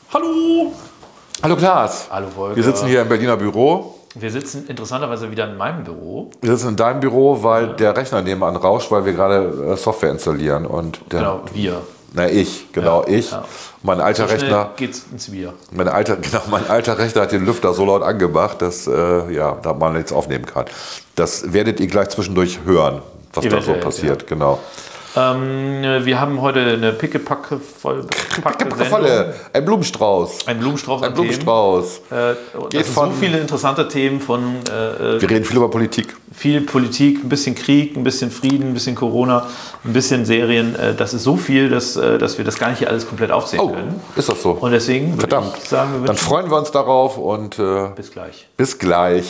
Hallo! Hallo Klaas. Hallo Volker. Wir sitzen hier im Berliner Büro. Wir sitzen interessanterweise wieder in meinem Büro. Wir sitzen in deinem Büro, weil der Rechner nebenan rauscht, weil wir gerade Software installieren. Und Genau, wir. Ich. Ja. Mein alter So schnell Rechner. geht's ins Wir. Mein alter Rechner hat den Lüfter so laut angemacht, dass da man nichts aufnehmen kann. Das werdet ihr gleich zwischendurch hören, was da so passiert. Ja. Genau. Wir haben heute eine pickepackvolle Ein Blumenstrauß. Ein Blumenstrauß. Ein Blumenstrauß. Geht von so viele interessante Themen von. Wir reden viel über Politik. Viel Politik, ein bisschen Krieg, ein bisschen Frieden, ein bisschen Corona, ein bisschen Serien. Das ist so viel, dass wir das gar nicht hier alles komplett aufzählen können. Ist das so? Und deswegen würde ich sagen, dann freuen wir uns darauf und bis gleich. Bis gleich.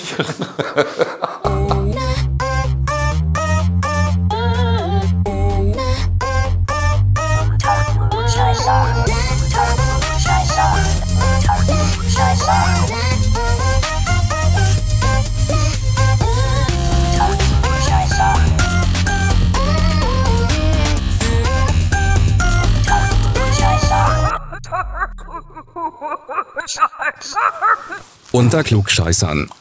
Unter Klugscheißern.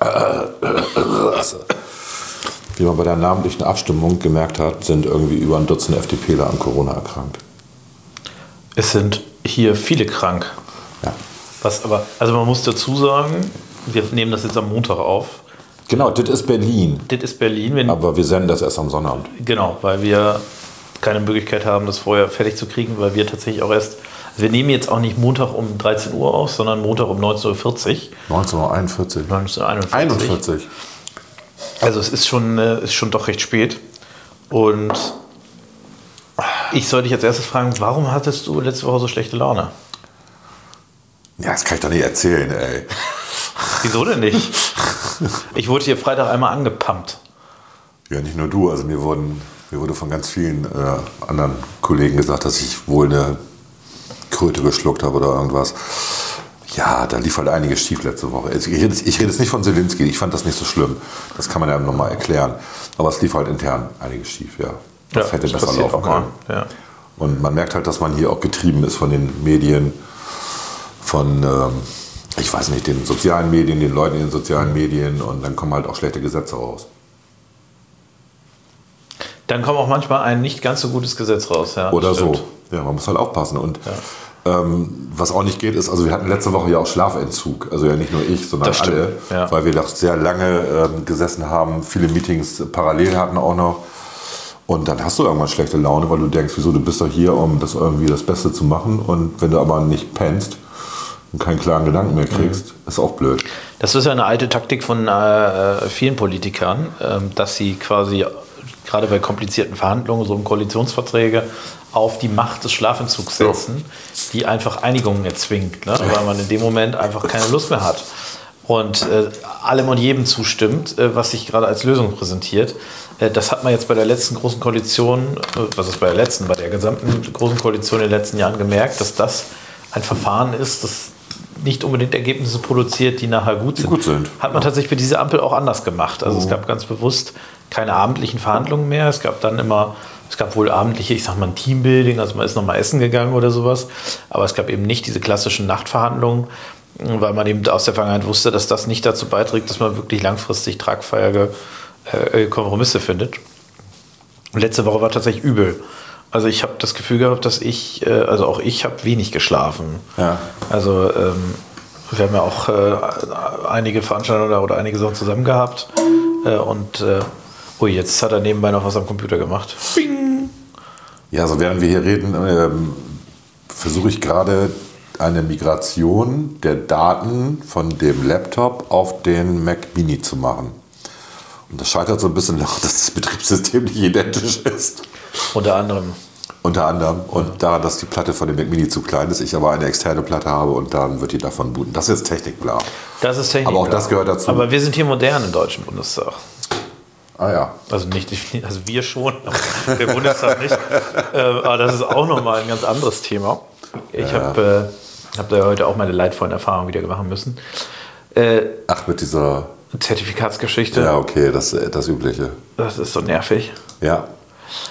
Wie man bei der namentlichen Abstimmung gemerkt hat, sind irgendwie über ein Dutzend FDPler an Corona erkrankt. Es sind hier viele krank. Ja. Also man muss dazu sagen, wir nehmen das jetzt am Montag auf. Genau, das ist Berlin. Das ist Berlin. Aber wir senden das erst am Sonnabend. Genau, weil wir keine Möglichkeit haben, das vorher fertig zu kriegen, weil wir tatsächlich auch erst... Wir nehmen jetzt auch nicht Montag um 13 Uhr auf, sondern Montag um 19.40 Uhr. 1941. 1941. Also es ist schon doch recht spät. Und ich soll dich als erstes fragen, warum hattest du letzte Woche so schlechte Laune? Ja, das kann ich doch nicht erzählen, ey. Wieso denn nicht? Ich wurde hier Freitag einmal angepumpt. Ja, nicht nur du. Also mir wurde von ganz vielen anderen Kollegen gesagt, dass ich wohl eine Kröte geschluckt habe oder irgendwas. Ja, da lief halt einiges schief letzte Woche. Ich rede jetzt nicht von Zelensky, ich fand das nicht so schlimm. Das kann man ja nochmal erklären. Aber es lief halt intern einiges schief, ja. Das hätte besser laufen können. Ja. Und man merkt halt, dass man hier auch getrieben ist von den Medien, von, ich weiß nicht, den sozialen Medien, den Leuten in den sozialen Medien, und dann kommen halt auch schlechte Gesetze raus. Dann kommt auch manchmal ein nicht ganz so gutes Gesetz raus. Ja, oder stimmt. So. Ja, man muss halt aufpassen. Und was auch nicht geht, ist, also wir hatten letzte Woche ja auch Schlafentzug. Also ja nicht nur ich, sondern alle. Ja. Weil wir doch sehr lange gesessen haben, viele Meetings parallel hatten auch noch. Und dann hast du irgendwann schlechte Laune, weil du denkst, wieso, du bist doch hier, um das irgendwie das Beste zu machen. Und wenn du aber nicht pennst und keinen klaren Gedanken mehr kriegst, ist auch blöd. Das ist ja eine alte Taktik von vielen Politikern, dass sie quasi gerade bei komplizierten Verhandlungen, so um Koalitionsverträge, auf die Macht des Schlafentzugs setzen, die einfach Einigungen erzwingt, ne? Weil man in dem Moment einfach keine Lust mehr hat und allem und jedem zustimmt, was sich gerade als Lösung präsentiert. Das hat man jetzt bei der letzten großen Koalition, bei der gesamten großen Koalition in den letzten Jahren gemerkt, dass das ein Verfahren ist, das nicht unbedingt Ergebnisse produziert, die nachher gut sind. Hat man tatsächlich bei dieser Ampel auch anders gemacht. Also es gab ganz bewusst keine abendlichen Verhandlungen mehr. Es gab wohl abendliche, ich sag mal, ein Teambuilding, also man ist nochmal essen gegangen oder sowas. Aber es gab eben nicht diese klassischen Nachtverhandlungen, weil man eben aus der Vergangenheit wusste, dass das nicht dazu beiträgt, dass man wirklich langfristig tragfähige Kompromisse findet. Und letzte Woche war tatsächlich übel. Also ich habe das Gefühl gehabt, dass ich habe wenig geschlafen. Ja. Also wir haben ja auch einige Veranstaltungen oder einige Sachen zusammen gehabt. Jetzt hat er nebenbei noch was am Computer gemacht. Bing! Ja, also während wir hier reden, versuche ich gerade eine Migration der Daten von dem Laptop auf den Mac Mini zu machen. Und das scheitert so ein bisschen daran, dass das Betriebssystem nicht identisch ist. Unter anderem. Und daran, dass die Platte von dem Mac Mini zu klein ist, ich aber eine externe Platte habe und dann wird die davon booten. Das ist Technikbla. Das ist Technikbla. Aber auch das gehört dazu. Aber wir sind hier modern im Deutschen Bundestag. Ah ja. Also wir schon, der Bundestag nicht. Aber das ist auch nochmal ein ganz anderes Thema. Ich habe da heute auch meine leidvollen Erfahrungen wieder machen müssen. Mit dieser Zertifikatsgeschichte. Ja, okay, das Übliche. Das ist so nervig. Ja.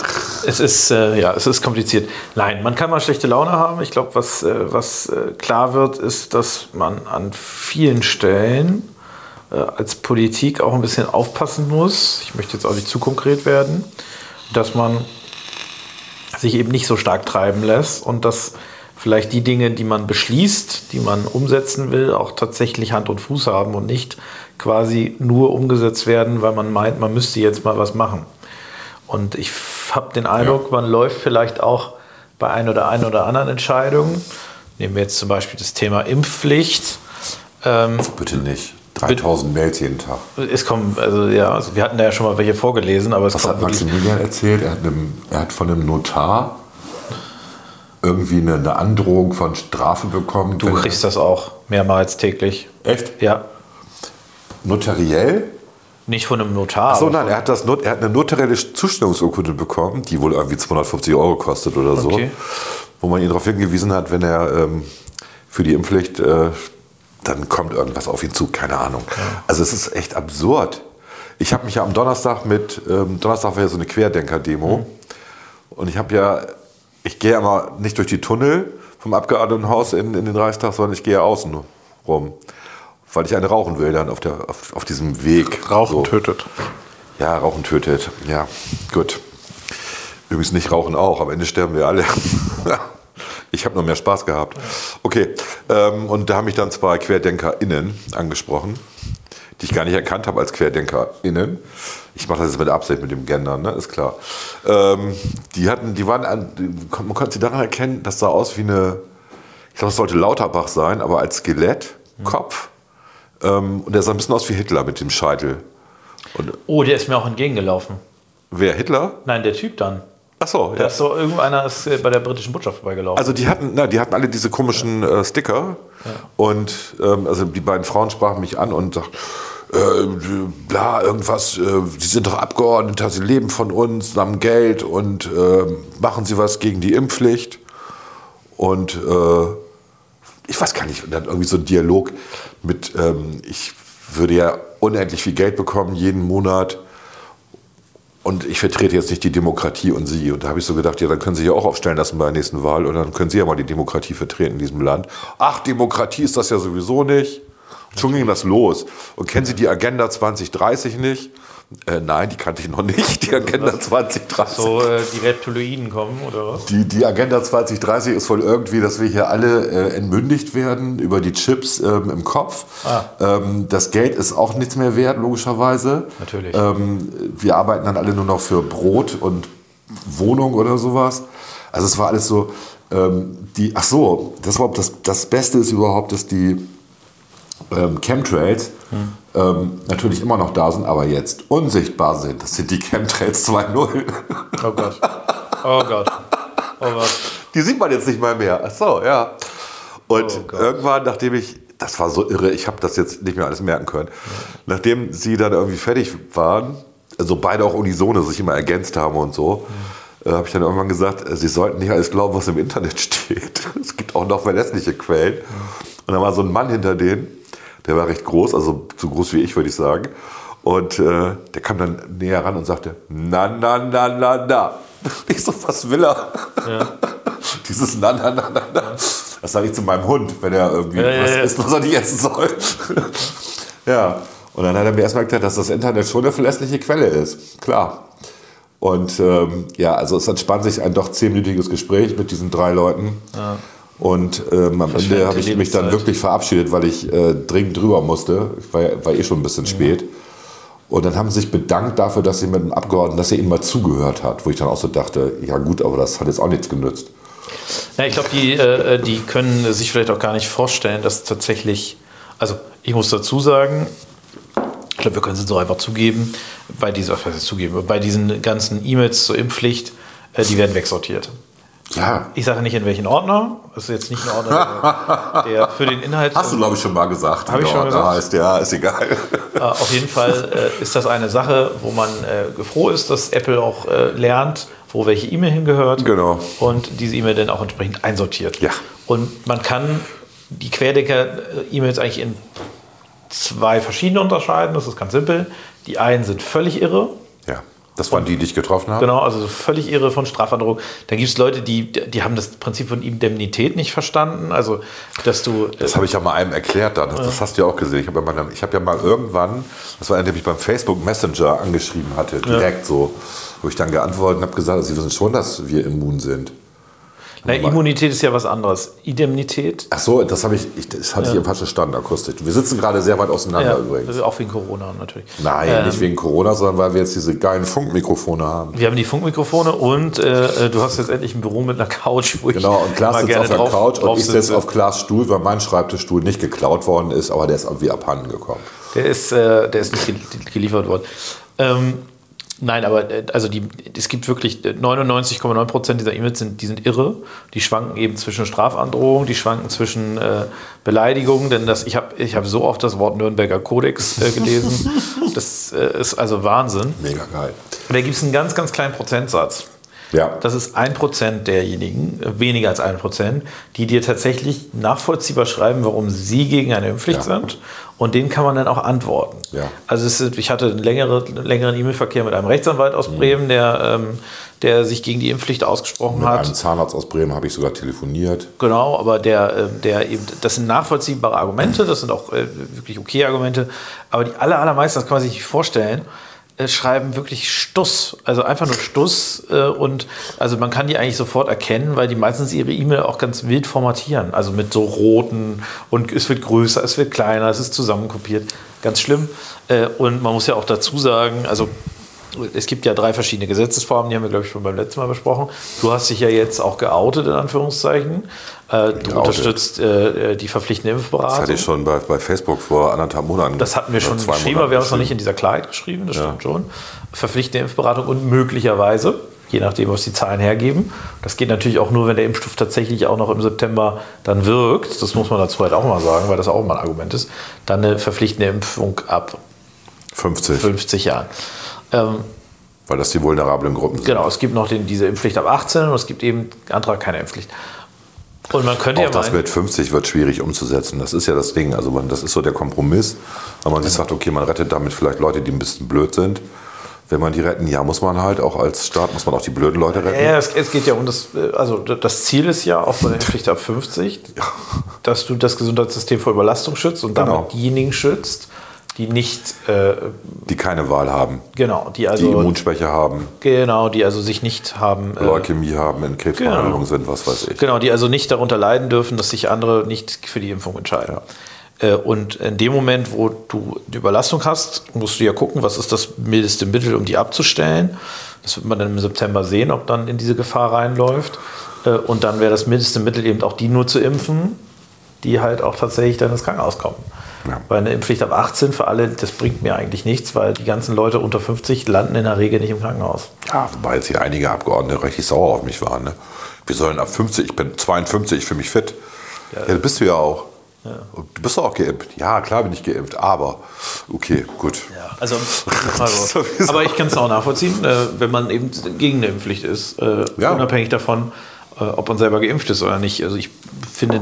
Es ist kompliziert. Nein, man kann mal schlechte Laune haben. Ich glaube, was klar wird, ist, dass man an vielen Stellen als Politik auch ein bisschen aufpassen muss. Ich möchte jetzt auch nicht zu konkret werden, dass man sich eben nicht so stark treiben lässt und dass vielleicht die Dinge, die man beschließt, die man umsetzen will, auch tatsächlich Hand und Fuß haben und nicht quasi nur umgesetzt werden, weil man meint, man müsste jetzt mal was machen. Und ich habe den Eindruck, man läuft vielleicht auch bei einer oder anderen Entscheidung. Nehmen wir jetzt zum Beispiel das Thema Impfpflicht. Bitte nicht. 3000 Mails jeden Tag. Es kommen, also wir hatten da ja schon mal welche vorgelesen, aber Was hat Maximilian erzählt? Er hat von einem Notar irgendwie eine Androhung von Strafe bekommen. Du kriegst das auch mehrmals täglich. Echt? Ja. Notariell? Nicht von einem Notar. Achso, nein, er hat eine notarielle Zustimmungsurkunde bekommen, die wohl irgendwie 250 € kostet oder so, wo man ihn darauf hingewiesen hat, wenn er für die Impfpflicht, dann kommt irgendwas auf ihn zu, keine Ahnung. Ja. Also es ist echt absurd. Ich habe mich ja am Donnerstag Donnerstag war ja so eine Querdenker-Demo und ich gehe ja mal nicht durch die Tunnel vom Abgeordnetenhaus in den Reichstag, sondern ich gehe ja außen rum. Weil ich eine rauchen will dann auf diesem Weg. Rauchen tötet. Ja, Rauchen tötet. Ja, gut. Übrigens nicht Rauchen auch. Am Ende sterben wir alle. Ich habe noch mehr Spaß gehabt. Okay. Und da haben mich dann 2 QuerdenkerInnen angesprochen, die ich gar nicht erkannt habe als QuerdenkerInnen. Ich mache das jetzt mit Absicht mit dem Gendern, ne? Ist klar. Man konnte sie daran erkennen, das sah aus wie ich glaube, es sollte Lauterbach sein, aber als Skelettkopf. Und der sah ein bisschen aus wie Hitler mit dem Scheitel. Der ist mir auch entgegengelaufen. Wer, Hitler? Nein, der Typ dann. Ach so, ja. Irgendeiner ist bei der britischen Botschaft vorbeigelaufen. Also die hatten alle diese komischen Sticker. Ja. Und also die beiden Frauen sprachen mich an und sagten, irgendwas, Sie sind doch Abgeordneter, Sie leben von uns, haben Geld und machen Sie was gegen die Impfpflicht. Und ich weiß gar nicht, und dann irgendwie so ein Dialog mit, ich würde ja unendlich viel Geld bekommen jeden Monat und ich vertrete jetzt nicht die Demokratie und Sie. Und da habe ich so gedacht, ja, dann können Sie sich ja auch aufstellen lassen bei der nächsten Wahl und dann können Sie ja mal die Demokratie vertreten in diesem Land. Ach, Demokratie ist das ja sowieso nicht. Und schon ging das los. Und kennen Sie die Agenda 2030 nicht? Nein, die kannte ich noch nicht, die Agenda 2030. So die Reptiloiden kommen, oder was? Die Agenda 2030 ist wohl irgendwie, dass wir hier alle entmündigt werden über die Chips im Kopf. Das Geld ist auch nichts mehr wert, logischerweise. Natürlich. Wir arbeiten dann alle nur noch für Brot und Wohnung oder sowas. Also es war alles so, das Beste ist überhaupt, dass die Chemtrails natürlich immer noch da sind, aber jetzt unsichtbar sind. Das sind die Chemtrails 2.0. Oh Gott. Oh Gott. Oh Gott. Die sieht man jetzt nicht mal mehr. Ach so, ja. Und irgendwann, das war so irre, ich habe das jetzt nicht mehr alles merken können, nachdem sie dann irgendwie fertig waren, also beide auch unisono sich immer ergänzt haben und so, habe ich dann irgendwann gesagt, sie sollten nicht alles glauben, was im Internet steht. Es gibt auch noch verlässliche Quellen. Und da war so ein Mann hinter denen, der war recht groß, also so groß wie ich, würde ich sagen. Und der kam dann näher ran und sagte, na. Ich so, was will er? Ja. Dieses na. Das sage ich zu meinem Hund, wenn er irgendwie isst, was er nicht essen soll. Ja, und dann hat er mir erstmal erklärt, dass das Internet schon eine verlässliche Quelle ist. Klar. Und also es entspann sich ein doch 10-minütiges Gespräch mit diesen 3 Leuten. Ja. Und am Ende habe ich mich dann wirklich verabschiedet, weil ich dringend drüber musste. Ich war eh schon ein bisschen spät. Und dann haben sie sich bedankt dafür, dass sie mit dem Abgeordneten, dass er ihnen mal zugehört hat. Wo ich dann auch so dachte, ja gut, aber das hat jetzt auch nichts genützt. Ja, ich glaube, die können sich vielleicht auch gar nicht vorstellen, dass tatsächlich, also ich muss dazu sagen, ich glaube, wir können es so einfach zugeben, bei diesen ganzen E-Mails zur Impfpflicht, die werden wegsortiert. Ja. Ich sage nicht in welchen Ordner. Das ist jetzt nicht ein Ordner, der für den Inhalt... Hast du, glaube ich, schon mal gesagt. Habe ich schon gesagt? Heißt, ja, ist egal. Auf jeden Fall ist das eine Sache, wo man froh ist, dass Apple auch lernt, wo welche E-Mail hingehört. Genau. Und diese E-Mail dann auch entsprechend einsortiert. Ja. Und man kann die Querdenker-E-Mails eigentlich in 2 verschiedene unterscheiden. Das ist ganz simpel. Die einen sind völlig irre. Ja. Das waren die ich getroffen habe? Genau, also völlig irre von Strafandrohung. Dann gibt es Leute, die haben das Prinzip von Indemnität nicht verstanden. Also, dass du... Das habe ich ja mal einem erklärt dann. Das hast du ja auch gesehen. Ich habe ja mal irgendwann, das war einer, der mich beim Facebook Messenger angeschrieben hatte, direkt so, wo ich dann geantwortet und habe gesagt, Sie wissen schon, dass wir immun sind. Immunität ist ja was anderes. Indemnität. Ach so, das hatte ich im falschen Stand akustisch. Wir sitzen gerade sehr weit auseinander übrigens. Auch wegen Corona natürlich. Nein, nicht wegen Corona, sondern weil wir jetzt diese geilen Funkmikrofone haben. Wir haben die Funkmikrofone und du hast jetzt endlich ein Büro mit einer Couch, wo genau, und Klaas sitzt auf der Couch und ich sitze auf Klaas' Stuhl, weil mein Schreibtischstuhl nicht geklaut worden ist, aber der ist irgendwie abhanden gekommen. Der ist nicht geliefert worden. Nein, aber also es gibt wirklich 99,9% dieser E-Mails sind irre. Die schwanken eben zwischen Strafandrohung, die schwanken zwischen Beleidigungen, denn ich hab so oft das Wort Nürnberger Kodex gelesen. Das ist also Wahnsinn. Mega geil. Und da gibt es einen ganz, ganz kleinen Prozentsatz. Ja. Das ist 1% derjenigen, weniger als 1%, die dir tatsächlich nachvollziehbar schreiben, warum sie gegen eine Impfpflicht sind. Und denen kann man dann auch antworten. Ja. Also ich hatte einen längeren E-Mail-Verkehr mit einem Rechtsanwalt aus Bremen, der sich gegen die Impfpflicht ausgesprochen hat. Mit einem Zahnarzt aus Bremen habe ich sogar telefoniert. Genau, aber das sind nachvollziehbare Argumente, das sind auch wirklich okay Argumente. Aber die allermeisten, das kann man sich nicht vorstellen, schreiben wirklich Stuss, also einfach nur Stuss und also man kann die eigentlich sofort erkennen, weil die meistens ihre E-Mail auch ganz wild formatieren, also mit so roten und es wird größer, es wird kleiner, es ist zusammenkopiert, ganz schlimm und man muss ja auch dazu sagen, also es gibt ja 3 verschiedene Gesetzesformen, die haben wir, glaube ich, schon beim letzten Mal besprochen. Du hast dich ja jetzt auch geoutet, in Anführungszeichen. Du unterstützt die verpflichtende Impfberatung. Das hatte ich schon bei Facebook vor 1,5 Monaten. Das hatten wir schon geschrieben, aber wir haben es noch nicht in dieser Klarheit geschrieben, das stimmt schon. Verpflichtende Impfberatung und möglicherweise, je nachdem, was die Zahlen hergeben. Das geht natürlich auch nur, wenn der Impfstoff tatsächlich auch noch im September dann wirkt. Das muss man dazu halt auch mal sagen, weil das auch mal ein Argument ist. Dann eine verpflichtende Impfung ab 50 Jahren. Weil das die vulnerablen Gruppen sind. Genau, es gibt noch diese Impfpflicht ab 18 und es gibt eben Antrag keine Impfpflicht. Und man könnte auch das mit 50 wird schwierig umzusetzen. Das ist ja das Ding. Also das ist so der Kompromiss. Wenn man sich sagt, okay, man rettet damit vielleicht Leute, die ein bisschen blöd sind. Wenn man die retten, muss man halt auch als Staat, muss man auch die blöden Leute retten. Ja, es geht ja um das Ziel ist ja auch bei der Impfpflicht ab 50, dass du das Gesundheitssystem vor Überlastung schützt und damit diejenigen schützt, die nicht... die keine Wahl haben. Genau. Die Immunschwäche haben. Genau, die also sich nicht haben... Leukämie haben, in Krebsbehandlung sind, was weiß ich. Genau, die also nicht darunter leiden dürfen, dass sich andere nicht für die Impfung entscheiden. Ja. Und in dem Moment, wo du die Überlastung hast, musst du ja gucken, was ist das mildeste Mittel, um die abzustellen. Das wird man dann im September sehen, ob dann in diese Gefahr reinläuft. Und dann wäre das mildeste Mittel eben auch die nur zu impfen, die halt auch tatsächlich dann ins Krankenhaus kommen. Ja. Weil eine Impfpflicht ab 18 für alle, das bringt mir eigentlich nichts, weil die ganzen Leute unter 50 landen in der Regel nicht im Krankenhaus. Ja, wobei jetzt hier einige Abgeordnete richtig sauer auf mich waren. Ne? Wir sollen ab 50, ich bin 52, ich fühle mich fit. Ja, das bist du ja auch. Ja. Du bist doch auch geimpft. Ja, klar bin ich geimpft, aber okay, gut. Ja, also aber ich kann es auch nachvollziehen, wenn man eben gegen eine Impfpflicht ist, unabhängig davon, ob man selber geimpft ist oder nicht. Also ich finde...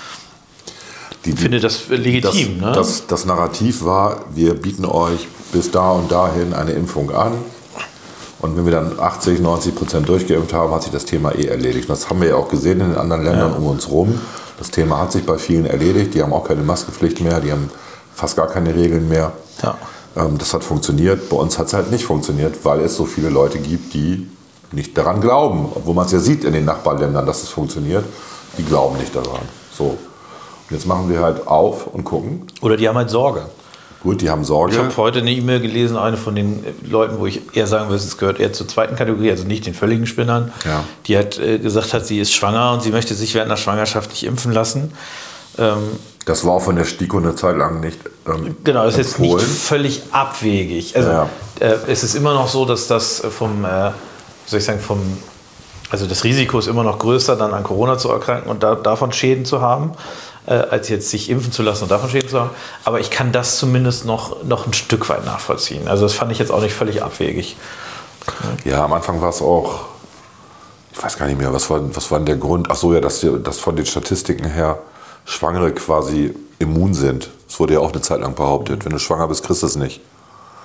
Ich finde das legitim. Das Narrativ war, wir bieten euch bis da und dahin eine Impfung an. Und wenn wir dann 80-90% durchgeimpft haben, hat sich das Thema erledigt. Das haben wir ja auch gesehen in den anderen Ländern um uns rum. Das Thema hat sich bei vielen erledigt. Die haben auch keine Maskenpflicht mehr, die haben fast gar keine Regeln mehr. Ja. Das hat funktioniert. Bei uns hat es halt nicht funktioniert, weil es so viele Leute gibt, die nicht daran glauben. Obwohl man es ja sieht in den Nachbarländern, dass es funktioniert. Die glauben nicht daran. So. Jetzt machen wir halt auf und gucken. Oder die haben halt Sorge. Gut, die haben Sorge. Ich habe heute eine E-Mail gelesen, eine von den Leuten, wo ich eher sagen würde, es gehört eher zur zweiten Kategorie, also nicht den völligen Spinnern. Ja. Die hat gesagt hat, sie ist schwanger und sie möchte sich während der Schwangerschaft nicht impfen lassen. Das war auch von der STIKO eine Zeit lang nicht genau, das ist jetzt nicht völlig abwegig. Also es ist immer noch so, dass das also das Risiko ist immer noch größer, dann an Corona zu erkranken und davon Schäden zu haben, als jetzt sich impfen zu lassen und davon Schäden zu haben. Aber ich kann das zumindest noch ein Stück weit nachvollziehen. Also das fand ich jetzt auch nicht völlig abwegig. Ja, am Anfang war es auch, ich weiß gar nicht mehr, was war denn der Grund? Ach so, ja, dass von den Statistiken her Schwangere quasi immun sind. Das wurde ja auch eine Zeit lang behauptet. Wenn du schwanger bist, kriegst du es nicht.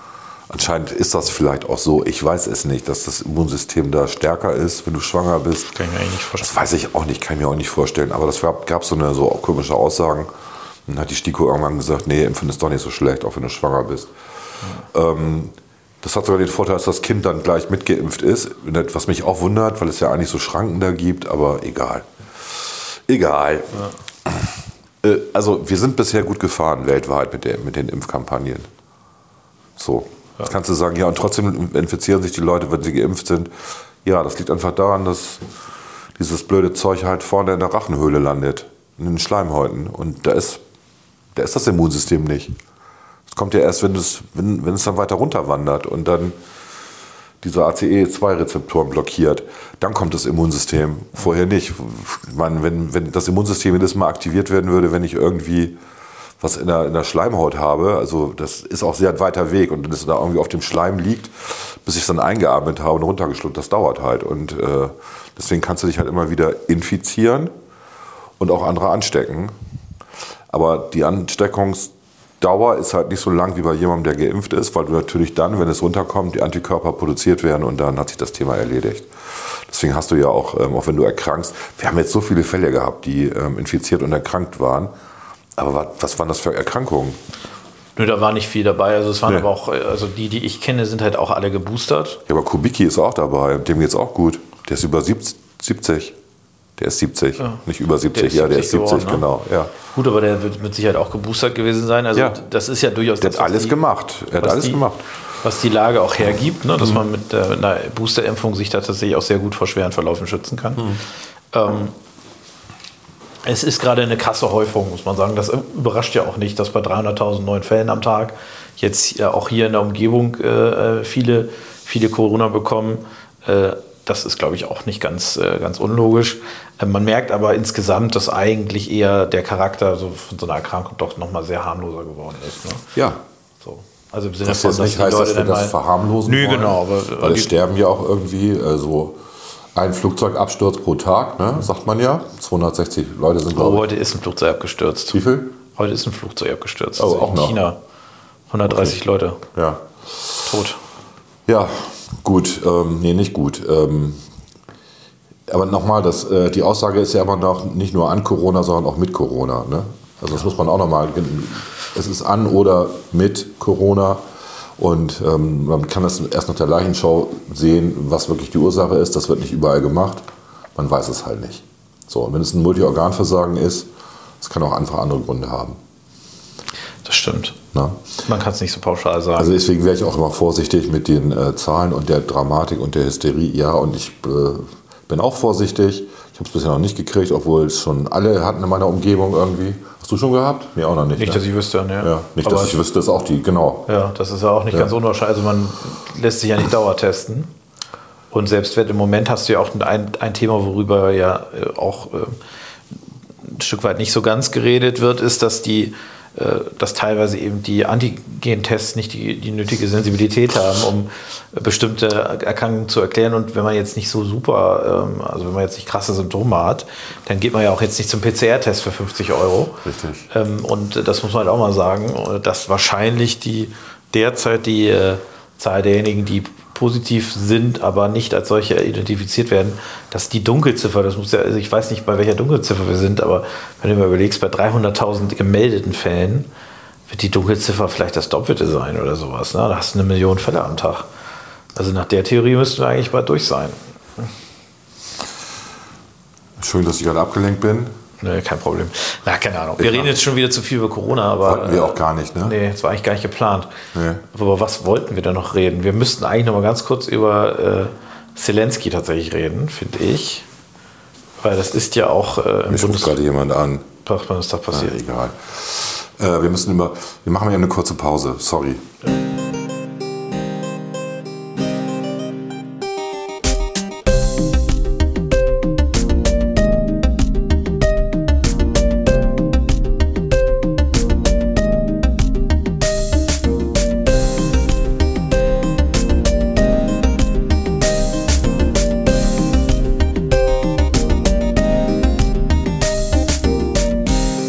Anscheinend ist das vielleicht auch so, ich weiß es nicht, dass das Immunsystem da stärker ist, wenn du schwanger bist. Kann ich mir eigentlich nicht vorstellen. Das weiß ich auch nicht, kann ich mir auch nicht vorstellen. Aber das gab so komische Aussagen. Und dann hat die STIKO irgendwann gesagt, nee, Impfen ist doch nicht so schlecht, auch wenn du schwanger bist. Ja. Das hat sogar den Vorteil, dass das Kind dann gleich mitgeimpft ist. Was mich auch wundert, weil es ja eigentlich so Schranken da gibt, aber egal. Egal. Ja. Also wir sind bisher gut gefahren weltweit mit den Impfkampagnen. So. Ja. Jetzt kannst du sagen, ja, und trotzdem infizieren sich die Leute, wenn sie geimpft sind. Ja, das liegt einfach daran, dass dieses blöde Zeug halt vorne in der Rachenhöhle landet, in den Schleimhäuten. Und da ist das Immunsystem nicht. Es kommt ja erst, wenn es dann weiter runter wandert und dann diese ACE2-Rezeptoren blockiert. Dann kommt das Immunsystem. Vorher nicht. Ich meine, wenn das Immunsystem jedes Mal aktiviert werden würde, wenn ich irgendwie was in der Schleimhaut habe, also das ist auch sehr weiter Weg und wenn es da irgendwie auf dem Schleim liegt, bis ich es dann eingeatmet habe und runtergeschluckt, das dauert halt. Und deswegen kannst du dich halt immer wieder infizieren und auch andere anstecken. Aber die Ansteckungsdauer ist halt nicht so lang wie bei jemandem, der geimpft ist, weil du natürlich dann, wenn es runterkommt, die Antikörper produziert werden und dann hat sich das Thema erledigt. Deswegen hast du ja auch wenn du erkrankst, wir haben jetzt so viele Fälle gehabt, die infiziert und erkrankt waren. Aber was waren das für Erkrankungen? Nö, da war nicht viel dabei. Also es waren aber auch, also die ich kenne, sind halt auch alle geboostert. Ja, aber Kubicki ist auch dabei. Dem geht's auch gut. Der ist über 70. Der ist 70, ja. Nicht über 70. Der ist 70 geworden, genau. Ja. Gut, aber der wird mit Sicherheit auch geboostert gewesen sein. Also das ist ja durchaus... Der hat alles gemacht. Was die Lage auch hergibt, ne? Dass man mit einer Boosterimpfung sich da tatsächlich auch sehr gut vor schweren Verläufen schützen kann. Es ist gerade eine krasse Häufung, muss man sagen. Das überrascht ja auch nicht, dass bei 300.000 neuen Fällen am Tag jetzt auch hier in der Umgebung viele Corona bekommen. Das ist, glaube ich, auch nicht ganz unlogisch. Man merkt aber insgesamt, dass eigentlich eher der Charakter von so einer Erkrankung doch nochmal sehr harmloser geworden ist. Ne? Ja. So. Also im Sinne das von, dass nicht heißt, dass wir das verharmlosen wollen. Genau. Weil es sterben ja auch irgendwie so ein Flugzeugabsturz pro Tag, ne, sagt man ja. 260 Leute sind, glaube ich. Heute ist ein Flugzeug abgestürzt. Wie viel? Heute ist ein Flugzeug abgestürzt. Oh, auch in China. 130 Leute. Ja. Tot. Ja, gut. Nee, nicht gut. Aber nochmal, die Aussage ist ja immer noch nicht nur an Corona, sondern auch mit Corona. Ne? Also das muss man auch nochmal. Es ist an oder mit Corona. Und man kann das erst nach der Leichenschau sehen, was wirklich die Ursache ist. Das wird nicht überall gemacht. Man weiß es halt nicht. So, und wenn es ein Multiorganversagen ist, das kann auch einfach andere Gründe haben. Das stimmt. Na? Man kann es nicht so pauschal sagen. Also deswegen wäre ich auch immer vorsichtig mit den Zahlen und der Dramatik und der Hysterie. Ja, und ich bin auch vorsichtig. Ich habe es bisher noch nicht gekriegt, obwohl es schon alle hatten in meiner Umgebung irgendwie. Hast du schon gehabt? Nee, auch noch nicht. Nicht, dass ich wüsste, ne? Ja, nicht, aber dass ich wüsste, ist auch die, genau. Ja, das ist ja auch nicht ganz unwahrscheinlich. Also man lässt sich ja nicht dauertesten. Und selbst wenn im Moment hast du ja auch ein Thema, worüber ja auch ein Stück weit nicht so ganz geredet wird, ist, dass teilweise eben die Antigen-Tests nicht die nötige Sensibilität haben, um bestimmte Erkrankungen zu erklären. Und wenn man jetzt nicht so also wenn man jetzt nicht krasse Symptome hat, dann geht man ja auch jetzt nicht zum PCR-Test für 50 €. Richtig. Und das muss man halt auch mal sagen, dass wahrscheinlich derzeit die Zahl derjenigen, die positiv sind, aber nicht als solche identifiziert werden, dass die Dunkelziffer, also ich weiß nicht, bei welcher Dunkelziffer wir sind, aber wenn du mal überlegst, bei 300.000 gemeldeten Fällen wird die Dunkelziffer vielleicht das Doppelte sein oder sowas. Ne? Da hast du 1 Million Fälle am Tag. Also nach der Theorie müssten wir eigentlich bald durch sein. Schön, dass ich gerade abgelenkt bin. Nee, kein Problem. Na, keine Ahnung. Wir reden jetzt schon wieder zu viel über Corona, aber... Wollten wir auch gar nicht, ne? Nee, das war eigentlich gar nicht geplant. Nee. Aber was wollten wir da noch reden? Wir müssten eigentlich noch mal ganz kurz über Zelensky tatsächlich reden, finde ich. Weil das ist ja auch im Mich ruft gerade jemand an. Bundestag passiert. Ja, egal. Wir machen mal eine kurze Pause. Sorry. Ja.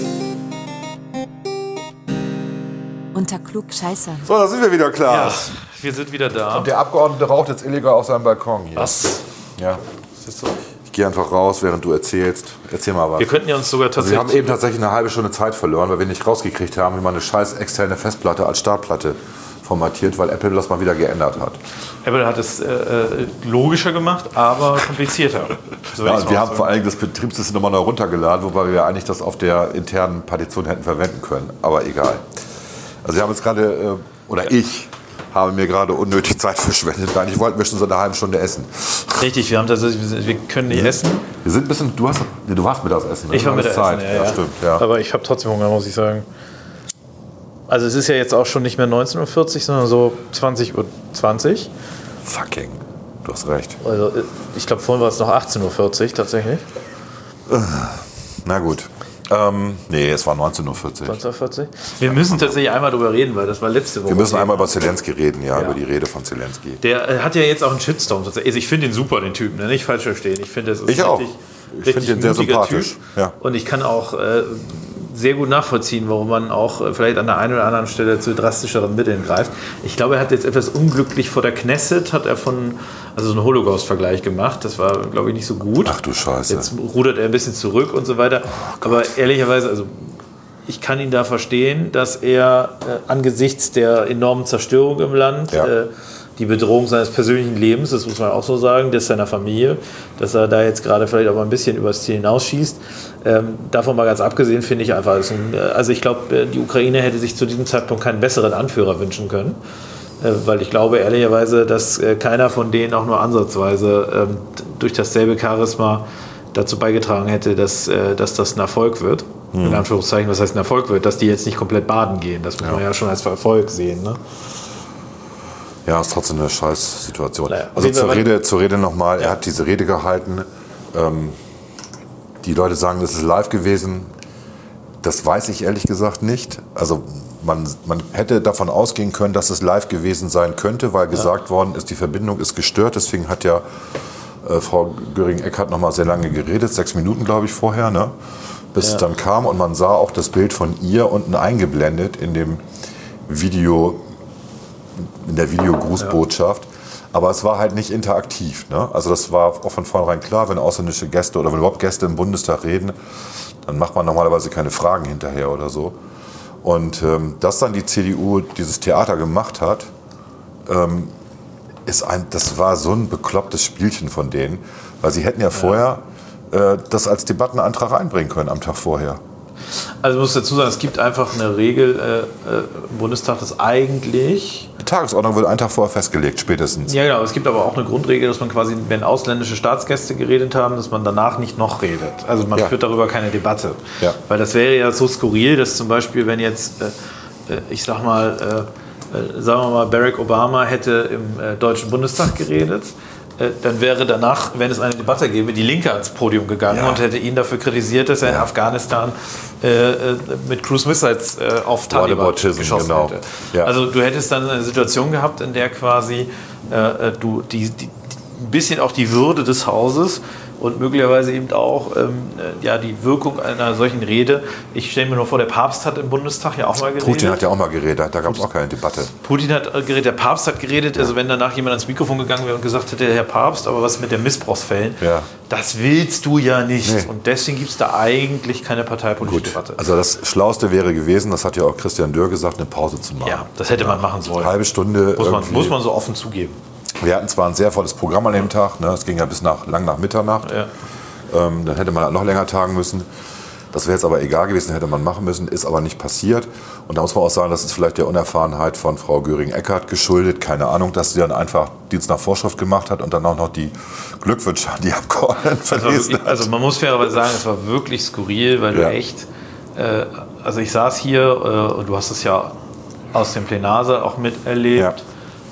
Klugscheißern. So, da sind wir wieder, Klaas. Ja, wir sind wieder da. Und der Abgeordnete raucht jetzt illegal auf seinem Balkon hier. Was? Ja. Ich gehe einfach raus, während du erzählst. Erzähl mal was. Wir könnten ja uns sogar tatsächlich... Wir haben eben tatsächlich eine halbe Stunde Zeit verloren, weil wir nicht rausgekriegt haben, wie man eine scheiß externe Festplatte als Startplatte formatiert, weil Apple das mal wieder geändert hat. Apple hat es logischer gemacht, aber komplizierter. So ja, und wir haben vor allem das Betriebssystem nochmal neu runtergeladen, wobei wir eigentlich das auf der internen Partition hätten verwenden können. Aber egal. Also wir haben jetzt gerade, ich habe mir gerade unnötig Zeit verschwendet. Eigentlich wollten wir schon so eine halbe Stunde essen. Richtig, wir können nicht essen. Wir sind ein bisschen, du warst Mittagessen. Ne? Ich war Mittagessen, ja. Stimmt, ja. Aber ich habe trotzdem Hunger, muss ich sagen. Also es ist ja jetzt auch schon nicht mehr 19:40 Uhr, sondern so 20:20 Uhr. Fucking, du hast recht. Also ich glaube, vorhin war es noch 18:40 Uhr tatsächlich. Na gut. Nee, es war 19:40 Uhr. 19:40 Uhr. Wir müssen tatsächlich einmal drüber reden, weil das war letzte Woche. Wir müssen einmal über Zelensky reden, ja, über die Rede von Zelensky. Der hat ja jetzt auch einen Shitstorm. Also ich finde den super, den Typen, ne? Nicht falsch verstehen. Ich finde, das ist ich auch. Ich finde den sehr sympathisch. Ja. Und ich kann auch sehr gut nachvollziehen, warum man auch vielleicht an der einen oder anderen Stelle zu drastischeren Mitteln greift. Ich glaube, er hat jetzt etwas unglücklich vor der Knesset, hat er so einen Holocaust-Vergleich gemacht. Das war, glaube ich, nicht so gut. Ach du Scheiße. Jetzt rudert er ein bisschen zurück und so weiter. Aber ehrlicherweise, also ich kann ihn da verstehen, dass er angesichts der enormen Zerstörung im Land, die Bedrohung seines persönlichen Lebens, das muss man auch so sagen, des seiner Familie, dass er da jetzt gerade vielleicht auch mal ein bisschen übers Ziel hinausschießt. Davon mal ganz abgesehen, finde ich einfach, also ich glaube, die Ukraine hätte sich zu diesem Zeitpunkt keinen besseren Anführer wünschen können, weil ich glaube ehrlicherweise, dass keiner von denen auch nur ansatzweise durch dasselbe Charisma dazu beigetragen hätte, dass das ein Erfolg wird. In Anführungszeichen, was heißt ein Erfolg wird? Dass die jetzt nicht komplett baden gehen, das muss man ja schon als Erfolg sehen, ne? Ja, ist trotzdem eine Scheiß-Situation. Naja, also zur Rede nochmal, er hat diese Rede gehalten. Die Leute sagen, das ist live gewesen. Das weiß ich ehrlich gesagt nicht. Also man hätte davon ausgehen können, dass es live gewesen sein könnte, weil gesagt worden ist, die Verbindung ist gestört. Deswegen hat ja Frau Göring-Eckardt nochmal sehr lange geredet, 6 Minuten, glaube ich, vorher, ne? Bis es dann kam. Und man sah auch das Bild von ihr unten eingeblendet in dem Video, in der Videogrußbotschaft, aber es war halt nicht interaktiv. Ne? Also das war auch von vornherein klar, wenn ausländische Gäste oder wenn überhaupt Gäste im Bundestag reden, dann macht man normalerweise keine Fragen hinterher oder so. Und dass dann die CDU dieses Theater gemacht hat, das war so ein beklopptes Spielchen von denen, weil sie hätten ja vorher das als Debattenantrag einbringen können am Tag vorher. Also ich muss dazu sagen, es gibt einfach eine Regel im Bundestag, dass eigentlich... Die Tagesordnung wird einen Tag vorher festgelegt, spätestens. Ja, genau. Es gibt aber auch eine Grundregel, dass man quasi, wenn ausländische Staatsgäste geredet haben, dass man danach nicht noch redet. Also man führt darüber keine Debatte. Ja. Weil das wäre ja so skurril, dass zum Beispiel, wenn jetzt, sagen wir mal, Barack Obama hätte im Deutschen Bundestag geredet, dann wäre danach, wenn es eine Debatte gäbe, die Linke ans Podium gegangen und hätte ihn dafür kritisiert, dass er in Afghanistan mit Cruise Missiles auf Taliban geschossen hätte. Ja. Also du hättest dann eine Situation gehabt, in der quasi du ein bisschen auch die Würde des Hauses und möglicherweise eben auch die Wirkung einer solchen Rede. Ich stelle mir nur vor, der Papst hat im Bundestag ja auch mal geredet. Putin hat ja auch mal geredet, da gab es auch keine Debatte. Putin hat geredet, der Papst hat geredet. Also wenn danach jemand ans Mikrofon gegangen wäre und gesagt hätte, Herr Papst, aber was mit den Missbrauchsfällen, das willst du ja nicht. Nee. Und deswegen gibt es da eigentlich keine parteipolitische Debatte. Also das Schlauste wäre gewesen, das hat ja auch Christian Dürr gesagt, eine Pause zu machen. Ja, das hätte man machen sollen. Eine halbe Stunde. Muss man so offen zugeben. Wir hatten zwar ein sehr volles Programm an dem Tag, ne? Es ging ja bis lang nach Mitternacht. Ja. Dann hätte man noch länger tagen müssen. Das wäre jetzt aber egal gewesen, hätte man machen müssen, ist aber nicht passiert. Und da muss man auch sagen, das ist vielleicht der Unerfahrenheit von Frau Göring-Eckardt geschuldet. Keine Ahnung, dass sie dann einfach Dienst nach Vorschrift gemacht hat und dann auch noch die Glückwünsche an die Abgeordneten verlesen hat. Also man muss fairerweise sagen, es war wirklich skurril, weil du echt... also ich saß hier, und du hast es ja aus dem Plenarsaal auch miterlebt. Ja.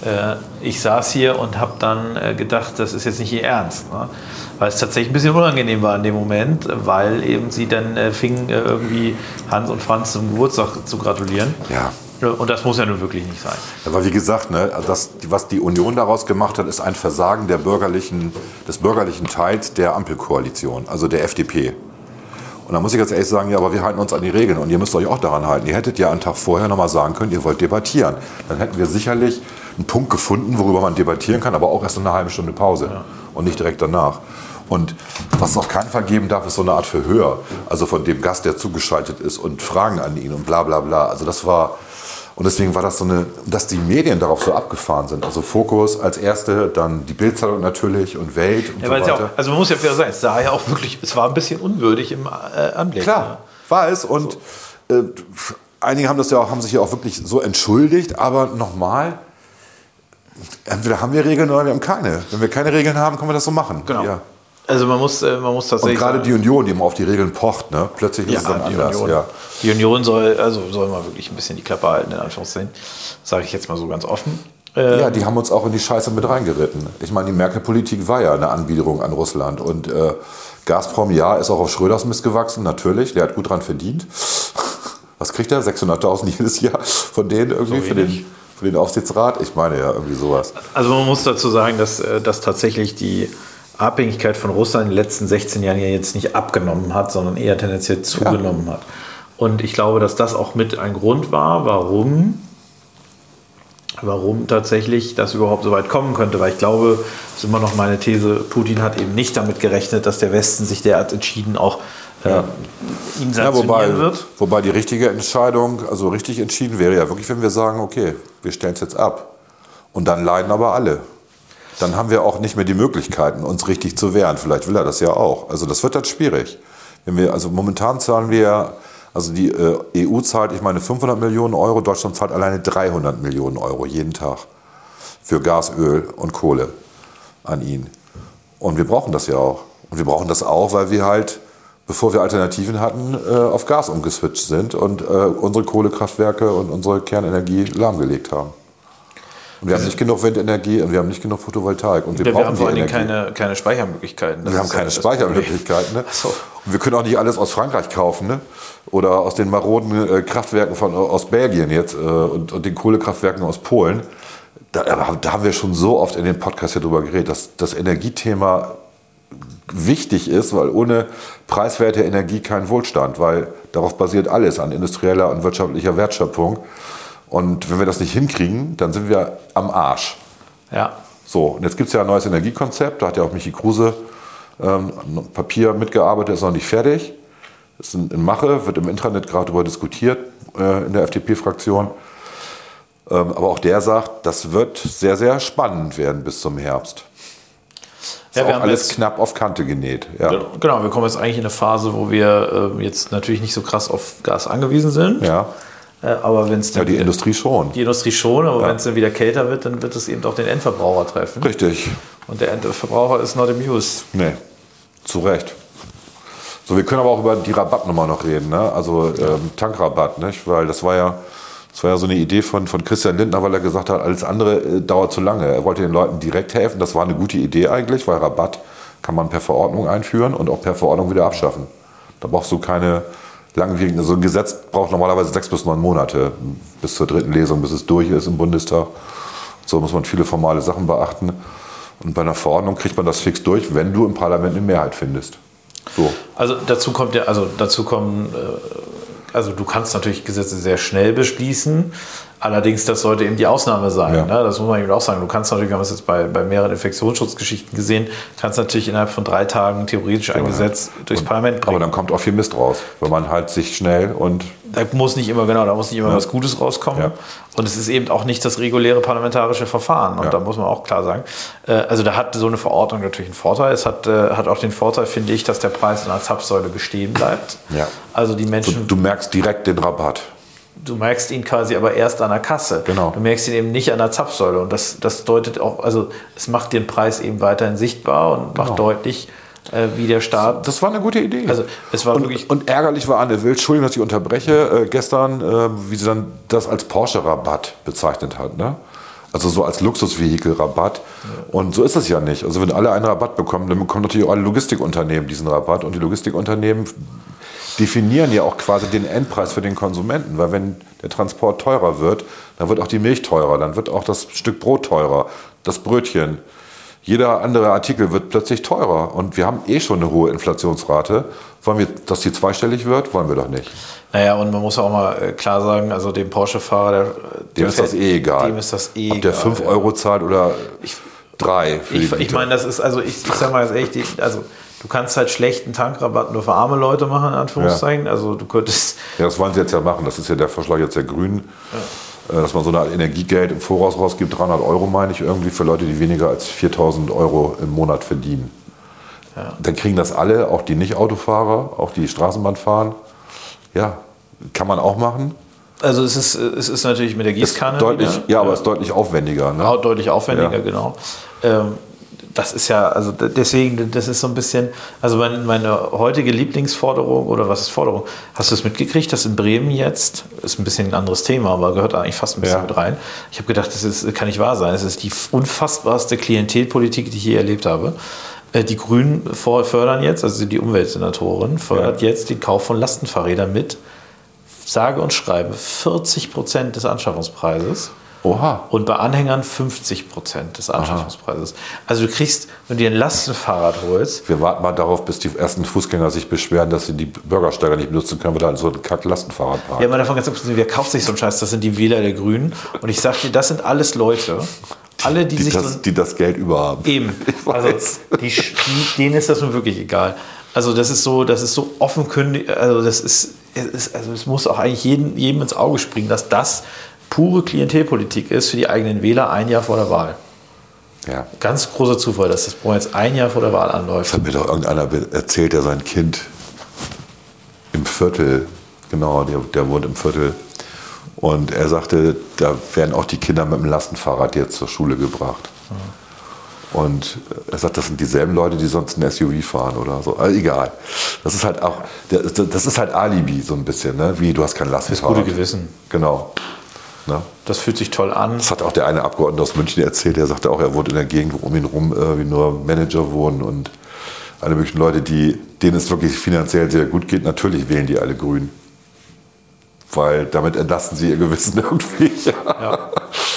Ich saß hier und habe dann gedacht, das ist jetzt nicht ihr Ernst. Ne? Weil es tatsächlich ein bisschen unangenehm war in dem Moment, weil eben sie dann fingen, irgendwie Hans und Franz zum Geburtstag zu gratulieren. Ja. Und das muss ja nun wirklich nicht sein. Aber wie gesagt, ne, was die Union daraus gemacht hat, ist ein Versagen des bürgerlichen Teils der Ampelkoalition, also der FDP. Und da muss ich ganz ehrlich sagen, ja, aber wir halten uns an die Regeln und ihr müsst euch auch daran halten. Ihr hättet ja einen Tag vorher nochmal sagen können, ihr wollt debattieren. Dann hätten wir sicherlich einen Punkt gefunden, worüber man debattieren kann, aber auch erst eine halbe Stunde Pause und nicht direkt danach. Und was es auf keinen Fall geben darf, ist so eine Art Verhör. Also von dem Gast, der zugeschaltet ist und Fragen an ihn und bla bla bla. Also das war, und deswegen war das so eine, dass die Medien darauf so abgefahren sind. Also Fokus als erste, dann die Bild-Zeitung natürlich und Welt und so weiter. Auch, also man muss ja fair sein, es sah ja auch wirklich, es war ein bisschen unwürdig im Anblick. Klar, war es. Und einige haben sich ja auch wirklich so entschuldigt, aber nochmal, entweder haben wir Regeln oder wir haben keine. Wenn wir keine Regeln haben, können wir das so machen. Genau. Ja. Also man muss tatsächlich. Und gerade die Union, die immer auf die Regeln pocht, ne? Plötzlich ist es dann anders. Union. Die Union soll mal wirklich ein bisschen die Klappe halten, in Anführungszeichen. Sage ich jetzt mal so ganz offen. Ja, die haben uns auch in die Scheiße mit reingeritten. Ich meine, die Merkel-Politik war ja eine Anbiederung an Russland. Und Gazprom, ja, ist auch auf Schröders Mist gewachsen, natürlich. Der hat gut dran verdient. Was kriegt er? 600.000 jedes Jahr von denen irgendwie so für den Aufsichtsrat? Ich meine ja, irgendwie sowas. Also man muss dazu sagen, dass tatsächlich die Abhängigkeit von Russland in den letzten 16 Jahren ja jetzt nicht abgenommen hat, sondern eher tendenziell zugenommen hat. Und ich glaube, dass das auch mit ein Grund war, warum tatsächlich das überhaupt so weit kommen könnte. Weil ich glaube, das ist immer noch meine These, Putin hat eben nicht damit gerechnet, dass der Westen sich derart entschieden auch ihn sanktionieren wird. Wobei die richtige Entscheidung, also richtig entschieden wäre ja wirklich, wenn wir sagen, okay, wir stellen es jetzt ab. Und dann leiden aber alle. Dann haben wir auch nicht mehr die Möglichkeiten, uns richtig zu wehren. Vielleicht will er das ja auch. Also das wird dann schwierig. Also momentan zahlen wir, also die EU zahlt, ich meine, 500 Millionen Euro, Deutschland zahlt alleine 300 Millionen Euro jeden Tag für Gas, Öl und Kohle an ihn. Und wir brauchen das ja auch. Und wir brauchen das auch, weil wir halt, bevor wir Alternativen hatten, auf Gas umgeswitcht sind und unsere Kohlekraftwerke und unsere Kernenergie lahmgelegt haben. Und wir haben nicht genug Windenergie und wir haben nicht genug Photovoltaik. Und wir haben vor allen Dingen keine Speichermöglichkeiten. Wir haben keine Speichermöglichkeiten. Ne? So. Und wir können auch nicht alles aus Frankreich kaufen, ne? Oder aus den maroden Kraftwerken aus Belgien jetzt und den Kohlekraftwerken aus Polen. Da haben wir schon so oft in den Podcasts hier drüber geredet, dass das Energiethema wichtig ist, weil ohne preiswerte Energie kein Wohlstand, weil darauf basiert alles an industrieller und wirtschaftlicher Wertschöpfung. Und wenn wir das nicht hinkriegen, dann sind wir am Arsch. Ja. So, und jetzt gibt es ja ein neues Energiekonzept, da hat ja auch Michi Kruse Papier mitgearbeitet, ist noch nicht fertig. Ist in Mache, wird im Intranet gerade darüber diskutiert in der FDP-Fraktion. Aber auch der sagt, das wird sehr, sehr spannend werden bis zum Herbst. Ist auch alles knapp auf Kante genäht. Ja. Genau, wir kommen jetzt eigentlich in eine Phase, wo wir jetzt natürlich nicht so krass auf Gas angewiesen sind. Ja. Aber wenn es die Industrie schon. Die Industrie schon, aber wenn es dann wieder kälter wird, dann wird es eben auch den Endverbraucher treffen. Richtig. Und der Endverbraucher ist not amused. Nee, zu Recht. So, wir können aber auch über die Rabattnummer noch reden, ne? Also Tankrabatt, nicht? Weil das war ja so eine Idee von Christian Lindner, weil er gesagt hat, alles andere dauert zu lange. Er wollte den Leuten direkt helfen. Das war eine gute Idee eigentlich, weil Rabatt kann man per Verordnung einführen und auch per Verordnung wieder abschaffen. Da brauchst du keine langwierigen, so ein Gesetz braucht normalerweise 6 bis 9 Monate bis zur 3. Lesung, bis es durch ist im Bundestag. So muss man viele formale Sachen beachten. Und bei einer Verordnung kriegt man das fix durch, wenn du im Parlament eine Mehrheit findest. So. Also du kannst natürlich Gesetze sehr schnell beschließen. Allerdings, das sollte eben die Ausnahme sein. Ja. Ne? Das muss man eben auch sagen. Du kannst natürlich, wir haben es jetzt bei mehreren Infektionsschutzgeschichten gesehen, kannst natürlich innerhalb von 3 Tagen theoretisch ein Gesetz durchs Parlament bringen. Aber dann kommt auch viel Mist raus, wenn man halt sich schnell und... Da muss nicht immer was Gutes rauskommen. Ja. Und es ist eben auch nicht das reguläre parlamentarische Verfahren. Und da muss man auch klar sagen, also da hat so eine Verordnung natürlich einen Vorteil. Es hat auch den Vorteil, finde ich, dass der Preis in der Zapfsäule bestehen bleibt. Ja. Also die Menschen... Du merkst direkt den Rabatt. Du merkst ihn quasi aber erst an der Kasse. Genau. Du merkst ihn eben nicht an der Zapfsäule. Und das deutet auch, also es macht den Preis eben weiterhin sichtbar und macht deutlich, wie der Staat... Das war eine gute Idee. Also es war wirklich... Und ärgerlich war Anne Will, Entschuldigung, dass ich unterbreche, gestern, wie sie dann das als Porsche-Rabatt bezeichnet hat. Ne? Also so als Luxusvehikel-Rabatt. Ja. Und so ist es ja nicht. Also wenn alle einen Rabatt bekommen, dann bekommen natürlich auch alle Logistikunternehmen diesen Rabatt. Und die Logistikunternehmen definieren ja auch quasi den Endpreis für den Konsumenten, weil wenn der Transport teurer wird, dann wird auch die Milch teurer, dann wird auch das Stück Brot teurer, das Brötchen. Jeder andere Artikel wird plötzlich teurer. Und wir haben schon eine hohe Inflationsrate. Wollen wir, dass die zweistellig wird? Wollen wir doch nicht. Naja, und man muss auch mal klar sagen, also dem Porsche-Fahrer, dem ist das eh egal. Dem ist das eh Ob der 5 Euro zahlt oder 3. Ich meine, das ist, also ich sag mal jetzt echt, also du kannst halt schlechten Tankrabatt nur für arme Leute machen, in Anführungszeichen. Ja. Also du könntest... Ja, das wollen sie jetzt ja machen. Das ist ja der Vorschlag jetzt der Grünen. Ja. Dass man so eine Art Energiegeld im Voraus rausgibt, 300 Euro meine ich irgendwie, für Leute, die weniger als 4.000 Euro im Monat verdienen. Ja. Dann kriegen das alle, auch die Nicht-Autofahrer, auch die Straßenbahn fahren. Ja, kann man auch machen. Also es ist natürlich mit der Gießkanne. Aber es ist deutlich aufwendiger. Ne? Auch deutlich aufwendiger, genau. Das ist ja, also deswegen, das ist so ein bisschen, also meine heutige Lieblingsforderung, oder was ist Forderung? Hast du es mitgekriegt, dass in Bremen jetzt, ist ein bisschen ein anderes Thema, aber gehört eigentlich fast ein bisschen mit rein. Ich habe gedacht, kann nicht wahr sein. Es ist die unfassbarste Klientelpolitik, die ich je erlebt habe. Die Grünen fördern jetzt, also die Umweltsenatorin, fördert jetzt den Kauf von Lastenfahrrädern mit, sage und schreibe, 40% des Anschaffungspreises. Oha. Und bei Anhängern 50% des Anschaffungspreises. Also du kriegst, wenn du dir ein Lastenfahrrad holst... Wir warten mal darauf, bis die ersten Fußgänger sich beschweren, dass sie die Bürgersteige nicht benutzen können, weil da so ein Kack-Lastenfahrrad parkt. Ja, mal davon ganz abgesehen, wer kauft sich so einen Scheiß? Das sind die Wähler der Grünen. Und ich sag dir, das sind alles Leute... Alle, die das Geld überhaben. Eben. Also denen ist das nun wirklich egal. Also das ist so offenkundig, also es muss auch eigentlich jedem ins Auge springen, dass das pure Klientelpolitik ist für die eigenen Wähler ein Jahr vor der Wahl. Ja. Ganz großer Zufall, dass das jetzt ein Jahr vor der Wahl anläuft. Das hat mir doch irgendeiner erzählt, der sein Kind im Viertel, genau, der wohnt im Viertel. Und er sagte, da werden auch die Kinder mit dem Lastenfahrrad jetzt zur Schule gebracht. Mhm. Und er sagt, das sind dieselben Leute, die sonst ein SUV fahren oder so. Also egal. Das ist halt auch, das ist halt Alibi so ein bisschen, ne? Wie, du hast kein Lastenfahrrad. Das gute Gewissen. Genau. Ne? Das fühlt sich toll an. Das hat auch der eine Abgeordnete aus München erzählt. Der sagte auch, er wohnt in der Gegend, wo um ihn rum wie nur Manager wohnen und alle möglichen Leute, denen es wirklich finanziell sehr gut geht. Natürlich wählen die alle Grün. Weil damit entlasten sie ihr Gewissen irgendwie. Ja.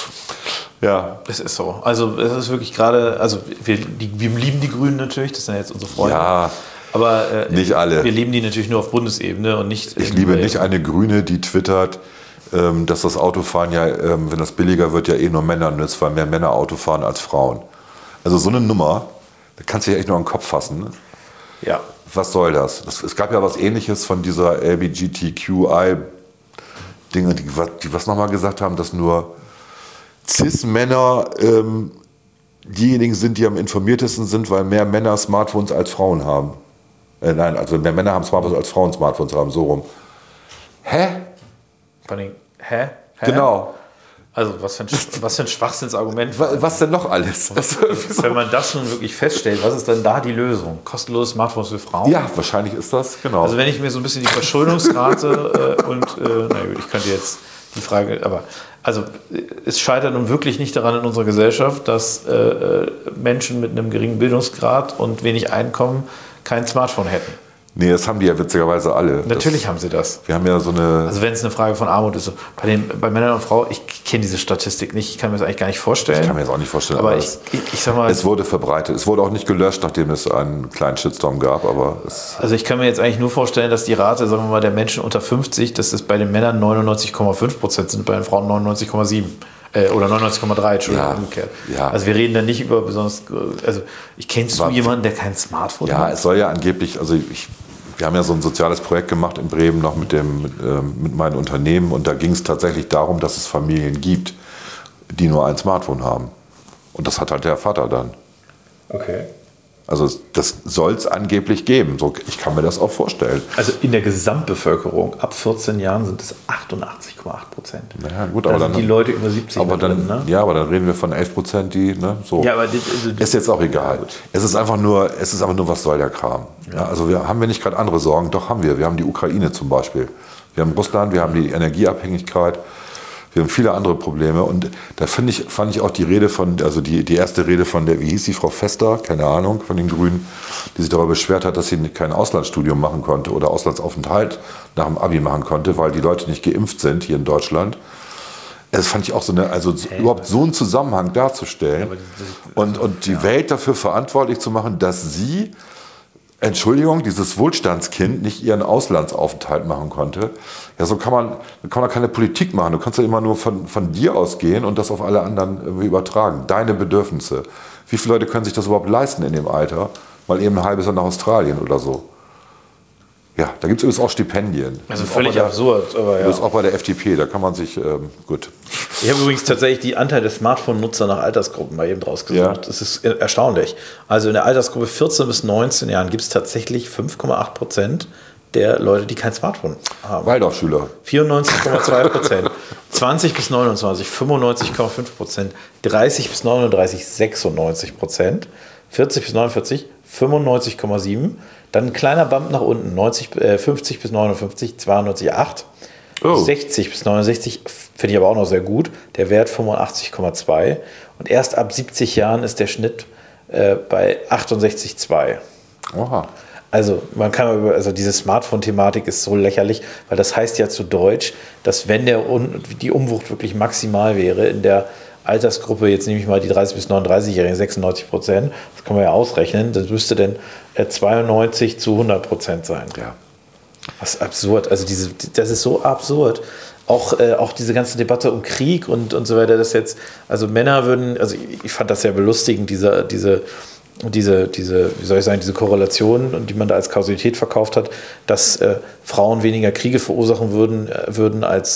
Ja. Es ist so. Also es ist wirklich gerade, also wir lieben die Grünen natürlich, das sind jetzt unsere Freunde. Ja, aber nicht alle. Wir lieben die natürlich nur auf Bundesebene und nicht... Ich liebe nicht eine Grüne, die twittert, dass das Autofahren ja, wenn das billiger wird, ja eh nur Männern nützt, weil mehr Männer Auto fahren als Frauen. Also so eine Nummer, da kannst du ja echt nur an den Kopf fassen. Ne? Ja. Was soll das? Es gab ja was Ähnliches von dieser LGBTQI Dinge, die was nochmal gesagt haben, dass nur Cis-Männer diejenigen sind, die am informiertesten sind, weil mehr Männer Smartphones als Frauen haben. Nein, also mehr Männer haben Smartphones als Frauen Smartphones haben, so rum. Hä? Hä? Genau. Also was für ein Schwachsinnsargument. Was denn noch alles? Wenn man das nun wirklich feststellt, was ist denn da die Lösung? Kostenlose Smartphones für Frauen? Ja, wahrscheinlich ist das, genau. Also wenn ich mir so ein bisschen die Verschuldungsrate ich könnte jetzt die Frage, aber also es scheitert nun wirklich nicht daran in unserer Gesellschaft, dass Menschen mit einem geringen Bildungsgrad und wenig Einkommen kein Smartphone hätten. Nee, das haben die ja witzigerweise alle. Natürlich haben sie das. Wir haben ja so eine... Also wenn es eine Frage von Armut ist, bei Männern und Frauen, ich kenne diese Statistik nicht, ich kann mir das eigentlich gar nicht vorstellen. Ich kann mir das auch nicht vorstellen. Aber ich sag mal... Es wurde verbreitet. Es wurde auch nicht gelöscht, nachdem es einen kleinen Shitstorm gab, aber... Also ich kann mir jetzt eigentlich nur vorstellen, dass die Rate, sagen wir mal, der Menschen unter 50, dass es bei den Männern 99,5% sind, bei den Frauen 99,7%. Oder 99,3, Entschuldigung, umgekehrt. Ja. Also wir reden da nicht über besonders... Also kennst du jemanden, der kein Smartphone hat? Ja, es soll ja angeblich... Also wir haben ja so ein soziales Projekt gemacht in Bremen noch mit meinen Unternehmen und da ging es tatsächlich darum, dass es Familien gibt, die nur ein Smartphone haben. Und das hat halt der Vater dann. Okay. Also das soll es angeblich geben. So, ich kann mir das auch vorstellen. Also in der Gesamtbevölkerung ab 14 Jahren sind es 88,8%. Ja, gut, da aber sind dann, die Leute über 70 aber dann, drin, ne? Ja, aber dann reden wir von 11%, die, ne, so. Ja, aber ist jetzt auch egal. Es ist einfach nur, was soll der Kram? Ja, also haben wir nicht gerade andere Sorgen? Doch, haben wir. Wir haben die Ukraine zum Beispiel. Wir haben Russland, wir haben die Energieabhängigkeit. Wir haben viele andere Probleme und da fand ich auch die Rede die erste Rede von der, wie hieß die, Frau Vester, keine Ahnung, von den Grünen, die sich darüber beschwert hat, dass sie kein Auslandsstudium machen konnte oder Auslandsaufenthalt nach dem Abi machen konnte, weil die Leute nicht geimpft sind hier in Deutschland. Das fand ich auch überhaupt so einen Zusammenhang darzustellen und die Welt dafür verantwortlich zu machen, dass sie, Entschuldigung, dieses Wohlstandskind nicht ihren Auslandsaufenthalt machen konnte. Ja, so kann man keine Politik machen. Du kannst ja immer nur von dir ausgehen und das auf alle anderen irgendwie übertragen. Deine Bedürfnisse. Wie viele Leute können sich das überhaupt leisten in dem Alter? Mal eben ein halbes Jahr nach Australien oder so. Ja, da gibt es übrigens auch Stipendien. Also völlig absurd. Aber das ist auch bei der FDP, da kann man sich, gut. Ich habe übrigens tatsächlich die Anteil der Smartphone-Nutzer nach Altersgruppen mal eben rausgesucht. Ja. Das ist erstaunlich. Also in der Altersgruppe 14 bis 19 Jahren gibt es tatsächlich 5,8% der Leute, die kein Smartphone haben. Waldorfschüler. 94,2%. 20 bis 29, 95,5%. 30 bis 39, 96%. 40 bis 49, 95,7%. Dann ein kleiner Bump nach unten, 50 bis 59, 92,8. Oh. 60 bis 69 finde ich aber auch noch sehr gut. Der Wert 85,2. Und erst ab 70 Jahren ist der Schnitt bei 68,2. Oha. Also diese Smartphone-Thematik ist so lächerlich, weil das heißt ja zu Deutsch, dass wenn die Umwucht wirklich maximal wäre in der Altersgruppe, jetzt nehme ich mal die 30 bis 39-Jährigen, 96%, das kann man ja ausrechnen, das müsste dann 92 zu 100% sein. Ja. Was absurd, also das ist so absurd. Auch diese ganze Debatte um Krieg und so weiter, das jetzt, also Männer würden, also ich fand das sehr belustigend, diese wie soll ich sagen, diese Korrelation, und die man da als Kausalität verkauft hat, dass Frauen weniger Kriege verursachen würden als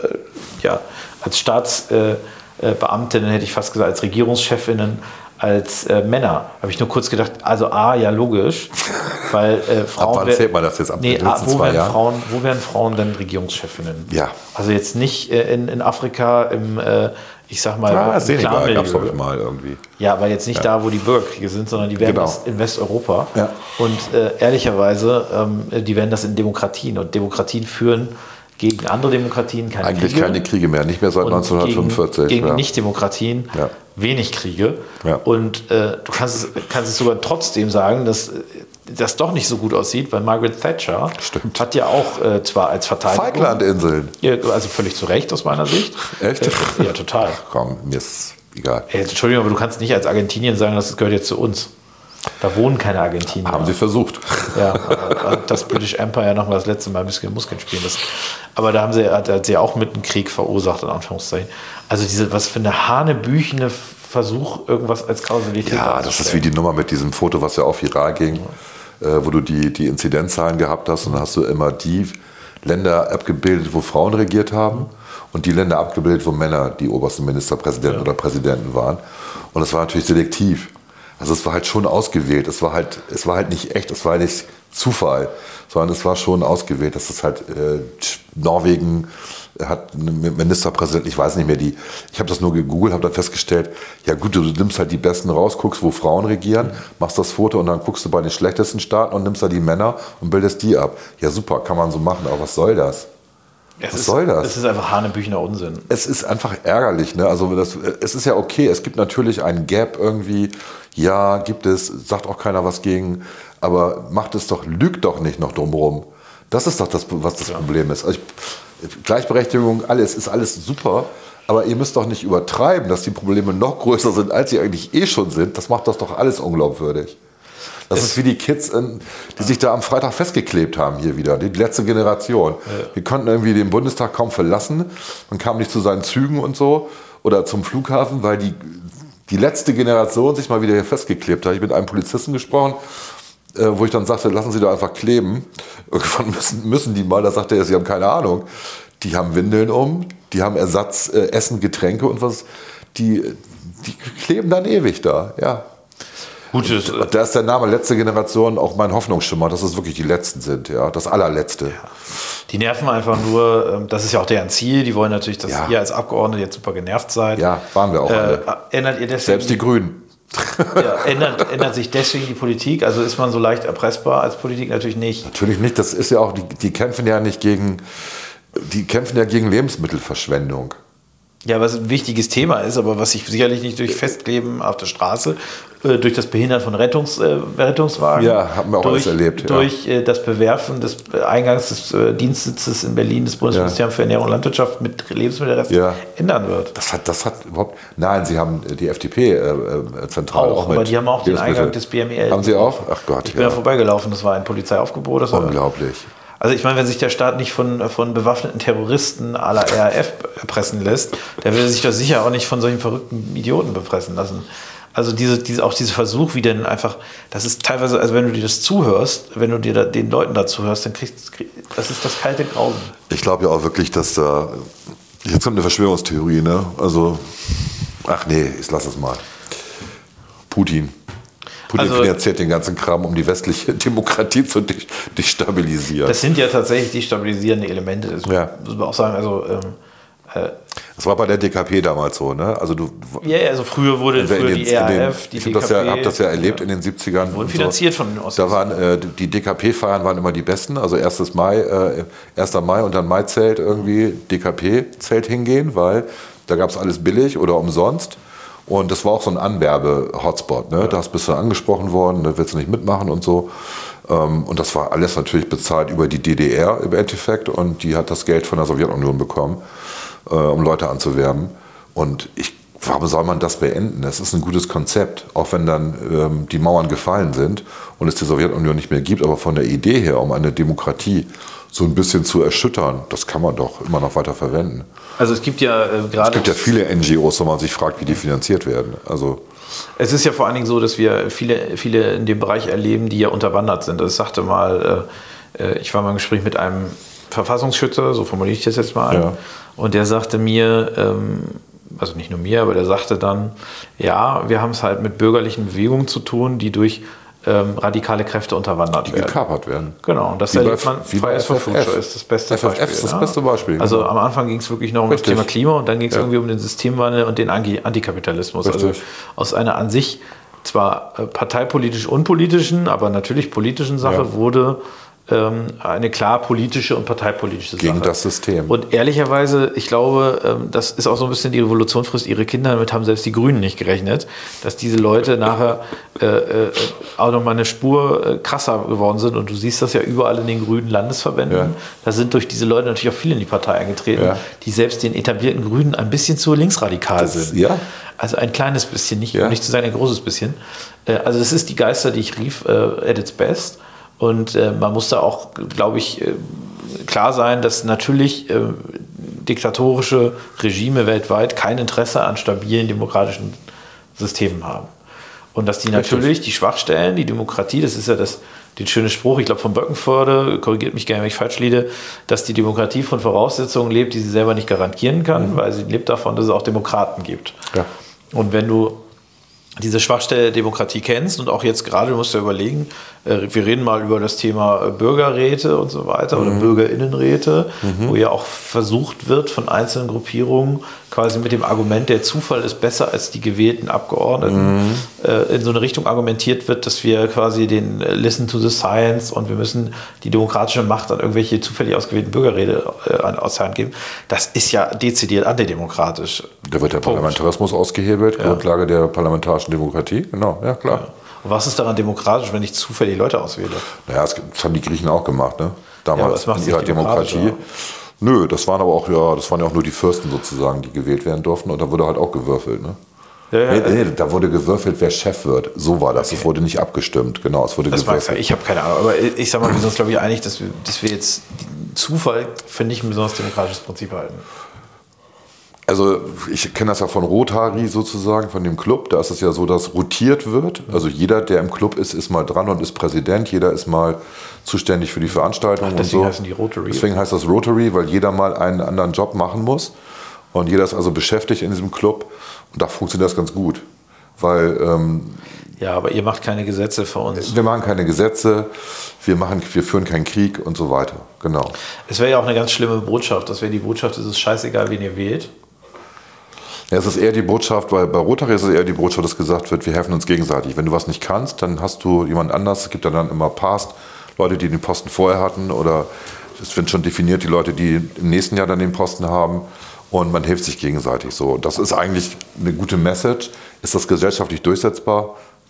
Staatsbeamtinnen, hätte ich fast gesagt, als Regierungschefinnen, als Männer. Habe ich nur kurz gedacht, also ja, logisch, weil Frauen... Ab wann zählt man das jetzt? Ab den letzten 2 Jahren? Wo werden Frauen denn Regierungschefinnen? Ja. Also jetzt nicht in Afrika im... ich sag mal, Senegal gab es doch mal irgendwie. Ja, aber jetzt nicht da, wo die Bürgerkriege sind, sondern die werden das in Westeuropa. Ja. Und ehrlicherweise, die werden das in Demokratien. Und Demokratien führen gegen andere Demokratien Eigentlich keine Kriege mehr, nicht mehr seit 1945. Gegen Nicht-Demokratien wenig Kriege. Ja. Und du kannst es sogar trotzdem sagen, dass das doch nicht so gut aussieht, weil Margaret Thatcher hat ja auch zwar als Verteidigung... Falklandinseln. Ja, also völlig zu Recht aus meiner Sicht. Echt? Ja, total. Komm, mir ist egal. Entschuldigung, aber du kannst nicht als Argentinien sagen, das gehört jetzt zu uns. Da wohnen keine Argentinier. Haben sie versucht. Ja, das British Empire ja noch mal das letzte Mal ein bisschen Muskeln spielen lassen. Aber da hat sie auch mit einem Krieg verursacht, in Anführungszeichen. Also was für eine hanebüchene Versuch, irgendwas als Kausalität darzustellen. Ja, das ist wie die Nummer mit diesem Foto, was ja auch viral ging, wo du die Inzidenzzahlen gehabt hast, und dann hast du immer die Länder abgebildet, wo Frauen regiert haben, und die Länder abgebildet, wo Männer die obersten Ministerpräsidenten oder Präsidenten waren. Und das war natürlich selektiv. Also es war halt schon ausgewählt. Es war halt nicht echt, es war nicht Zufall, sondern es war schon ausgewählt. Das ist halt Norwegen hat einen Ministerpräsidenten, ich weiß nicht mehr, ich habe das nur gegoogelt, habe dann festgestellt, ja gut, du nimmst halt die Besten raus, guckst, wo Frauen regieren, machst das Foto und dann guckst du bei den schlechtesten Staaten und nimmst da die Männer und bildest die ab. Ja super, kann man so machen, aber was soll das? Was soll das? Es ist einfach hanebüchener Unsinn. Es ist einfach ärgerlich, ne? Also es ist ja okay, es gibt natürlich einen Gap irgendwie, ja, gibt es, sagt auch keiner was gegen, aber lügt doch nicht noch drumherum. Das ist doch was das Problem ist. Also Gleichberechtigung, ist alles super, aber ihr müsst doch nicht übertreiben, dass die Probleme noch größer sind, als sie eigentlich schon sind. Das macht das doch alles unglaubwürdig. Das ist wie die Kids, die sich da am Freitag festgeklebt haben hier wieder, die letzte Generation. Ja. Wir konnten irgendwie den Bundestag kaum verlassen, man kam nicht zu seinen Zügen und so oder zum Flughafen, weil die letzte Generation sich mal wieder hier festgeklebt hat. Ich habe mit einem Polizisten gesprochen, wo ich dann sagte, lassen Sie da einfach kleben. Irgendwann müssen die mal, da sagte er, Sie haben keine Ahnung. Die haben Windeln um, die haben Ersatz, Essen, Getränke und was. Die kleben dann ewig da, ja. Gut, da ist der Name letzte Generation auch mein Hoffnungsschimmer, dass es wirklich die Letzten sind, ja, das allerletzte. Ja. Die nerven einfach nur, das ist ja auch deren Ziel, die wollen natürlich, dass ihr als Abgeordnete jetzt super genervt seid. Ja, waren wir auch alle. Ändert ihr deswegen, selbst die Grünen. Ja, ändert sich deswegen die Politik? Also ist man so leicht erpressbar als Politik? Natürlich nicht. Natürlich nicht, das ist ja auch, die kämpfen ja gegen Lebensmittelverschwendung. Ja, was ein wichtiges Thema ist, aber was sich sicherlich nicht durch Festkleben auf der Straße durch das Behindern von Rettungswagen. Ja, haben wir auch alles erlebt. Durch das Bewerfen des Eingangs des Dienstsitzes in Berlin des Bundesministeriums für Ernährung und Landwirtschaft mit Lebensmittelrest ändern wird. Das hat überhaupt... Nein, sie haben die FDP zentral auch mit aber die haben auch den Eingang des BMEL. Haben sie auch? Ach Gott, ich bin da vorbeigelaufen, das war ein Polizeiaufgebot. Unglaublich. Also ich meine, wenn sich der Staat nicht von bewaffneten Terroristen à la RAF erpressen lässt, dann will er sich doch sicher auch nicht von solchen verrückten Idioten bepressen lassen. Also dieser Versuch, wie denn einfach, das ist teilweise, also wenn du dir das zuhörst, wenn du dir den Leuten da zuhörst, dann das ist das kalte Grausen. Ich glaube ja auch wirklich, dass da, jetzt kommt eine Verschwörungstheorie, ne? Also, ach nee, ich lasse es mal. Putin finanziert den ganzen Kram, um die westliche Demokratie zu destabilisieren. Das sind ja tatsächlich destabilisierende Elemente, das muss man auch sagen, also das war bei der DKP damals so, ne? Also also früher die RAF, die DKP. Ich habe das ja erlebt in den 70ern. Die wurden finanziert von den Ossis. Da waren die DKP-Feiern waren immer die besten, also 1. Mai und dann Maizelt irgendwie, DKP-Zelt hingehen, weil da gab es alles billig oder umsonst. Und das war auch so ein Anwerbe-Hotspot, ne? Da bist du angesprochen worden, da willst du nicht mitmachen und so. Und das war alles natürlich bezahlt über die DDR im Endeffekt und die hat das Geld von der Sowjetunion bekommen, um Leute anzuwerben. Und warum soll man das beenden? Das ist ein gutes Konzept, auch wenn dann die Mauern gefallen sind und es die Sowjetunion nicht mehr gibt. Aber von der Idee her, um eine Demokratie so ein bisschen zu erschüttern, das kann man doch immer noch weiter verwenden. Also es gibt ja gerade... Es gibt ja viele NGOs, wo man sich fragt, wie die finanziert werden. Also es ist ja vor allen Dingen so, dass wir viele in dem Bereich erleben, die ja unterwandert sind. Das sagte mal, ich war mal im Gespräch mit einem Verfassungsschützer, so formuliere ich das jetzt mal, und der sagte mir, also nicht nur mir, aber der sagte dann, ja, wir haben es halt mit bürgerlichen Bewegungen zu tun, die durch radikale Kräfte unterwandert werden. Die gekapert werden. Genau, und das erlebt man. Fridays for Future ist das beste Beispiel. FFF ist das beste Beispiel. Also genau. Am Anfang ging es wirklich noch um das Thema Klima und dann ging es irgendwie um den Systemwandel und den Antikapitalismus. Richtig. Also aus einer an sich zwar parteipolitisch unpolitischen, aber natürlich politischen Sache wurde eine klar politische und parteipolitische Sache. Gegen das System. Und ehrlicherweise, ich glaube, das ist auch so ein bisschen die Revolution, frisst ihre Kinder, damit haben selbst die Grünen nicht gerechnet, dass diese Leute nachher auch nochmal eine Spur krasser geworden sind. Und du siehst das ja überall in den grünen Landesverbänden. Ja. Da sind durch diese Leute natürlich auch viele in die Partei eingetreten, die selbst den etablierten Grünen ein bisschen zu linksradikal sind. Ja. Also ein kleines bisschen, nicht zu sagen ein großes bisschen. Also das ist die Geister, die ich rief, at its best. Und man muss da auch, glaube ich, klar sein, dass natürlich diktatorische Regime weltweit kein Interesse an stabilen demokratischen Systemen haben. Und dass die natürlich die Schwachstellen, die Demokratie, das ist ja den schönen Spruch, ich glaube von Böckenförde, korrigiert mich gerne, wenn ich falsch liege, dass die Demokratie von Voraussetzungen lebt, die sie selber nicht garantieren kann, weil sie lebt davon, dass es auch Demokraten gibt. Ja. Und wenn du diese Schwachstelle der Demokratie kennst und auch jetzt gerade, du musst ja überlegen, wir reden mal über das Thema Bürgerräte und so weiter oder Bürgerinnenräte, wo ja auch versucht wird von einzelnen Gruppierungen quasi mit dem Argument, der Zufall ist besser als die gewählten Abgeordneten, in so eine Richtung argumentiert wird, dass wir quasi den Listen to the Science und wir müssen die demokratische Macht an irgendwelche zufällig ausgewählten Bürgerräte aus der Hand geben. Das ist ja dezidiert antidemokratisch. Da wird der Parlamentarismus ausgehebelt, Grundlage der parlamentarischen Demokratie, genau, ja klar. Ja. Und was ist daran demokratisch, wenn ich zufällig Leute auswähle? Naja, das haben die Griechen auch gemacht, ne? Damals in ihrer Demokratie. Nö, das waren aber auch, das waren ja auch nur die Fürsten sozusagen, die gewählt werden durften. Und da wurde halt auch gewürfelt, ne? Nee, da wurde gewürfelt, wer Chef wird. So war das. Es wurde nicht abgestimmt, genau. Es wurde gewürfelt. Ich habe keine Ahnung, aber ich sag mal, wir sind uns, glaube ich, einig, dass wir jetzt Zufall für nicht ein besonders demokratisches Prinzip halten. Also ich kenne das ja von Rotary sozusagen, von dem Club. Da ist es ja so, dass rotiert wird. Also jeder, der im Club ist mal dran und ist Präsident. Jeder ist mal zuständig für die Veranstaltung. Deswegen und so. Heißen die Rotary. Deswegen heißt das Rotary, weil jeder mal einen anderen Job machen muss. Und jeder ist also beschäftigt in diesem Club. Und da funktioniert das ganz gut. Weil ja, aber ihr macht keine Gesetze für uns. Wir machen keine Gesetze, wir führen keinen Krieg und so weiter. Genau. Es wäre ja auch eine ganz schlimme Botschaft. Das wäre die Botschaft, es ist scheißegal, wen ihr wählt. Ja, es ist eher die Botschaft, weil bei Rotary ist es eher die Botschaft, dass gesagt wird, wir helfen uns gegenseitig. Wenn du was nicht kannst, dann hast du jemand anders. Es gibt dann immer Past, Leute, die den Posten vorher hatten oder es wird schon definiert, die Leute, die im nächsten Jahr dann den Posten haben und man hilft sich gegenseitig so. Das ist eigentlich eine gute Message. Ist das gesellschaftlich durchsetzbar?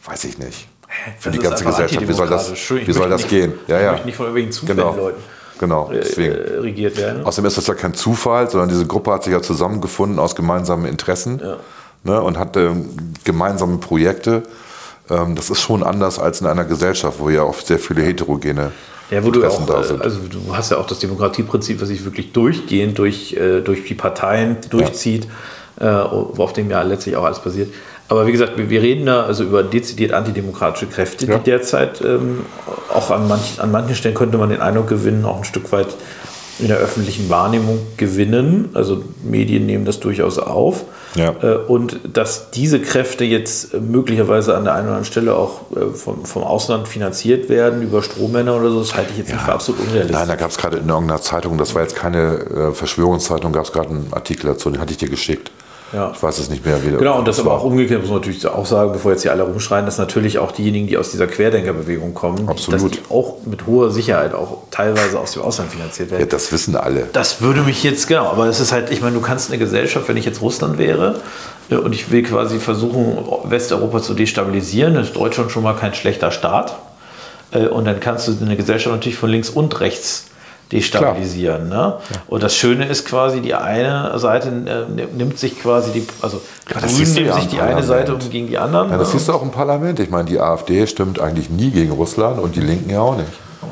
weiß ich nicht. Für die ganze Gesellschaft, wie soll das gehen? Ich möchte nicht von irgendwelchen zufälligen Leuten deswegen. Regiert werden. Außerdem ist das ja kein Zufall, sondern diese Gruppe hat sich ja zusammengefunden aus gemeinsamen Interessen und hat gemeinsame Projekte. Das ist schon anders als in einer Gesellschaft, wo ja oft sehr viele heterogene Interessen da sind. Also du hast ja auch das Demokratieprinzip, was sich wirklich durchgehend durch die Parteien durchzieht, auf dem ja letztlich auch alles basiert. Aber wie gesagt, wir reden da also über dezidiert antidemokratische Kräfte, die derzeit auch an manchen Stellen könnte man den Eindruck gewinnen, auch ein Stück weit in der öffentlichen Wahrnehmung gewinnen. Also Medien nehmen das durchaus auf. Ja. Und dass diese Kräfte jetzt möglicherweise an der einen oder anderen Stelle auch vom Ausland finanziert werden, über Strohmänner oder so, das halte ich jetzt nicht für absolut unrealistisch. Nein, da gab es gerade in irgendeiner Zeitung, das war jetzt keine Verschwörungszeitung, gab es gerade einen Artikel dazu, den hatte ich dir geschickt. Ja. Ich weiß es nicht mehr wieder. Genau, und das aber auch umgekehrt, muss man natürlich auch sagen, bevor jetzt hier alle rumschreien, dass natürlich auch diejenigen, die aus dieser Querdenkerbewegung kommen, dass die auch mit hoher Sicherheit auch teilweise aus dem Ausland finanziert werden. Ja, das wissen alle. Das würde mich jetzt, genau, aber es ist halt, ich meine, du kannst eine Gesellschaft, wenn ich jetzt Russland wäre und ich will quasi versuchen, Westeuropa zu destabilisieren, dann ist Deutschland schon mal kein schlechter Staat. Und dann kannst du eine Gesellschaft natürlich von links und rechts destabilisieren. Ne? Ja. Und das Schöne ist quasi, die eine Seite nimmt sich quasi die Grünen nehmen sich die eine Seite gegen die anderen. Ja, das siehst du auch im Parlament. Ich meine, die AfD stimmt eigentlich nie gegen Russland und die Linken ja auch nicht.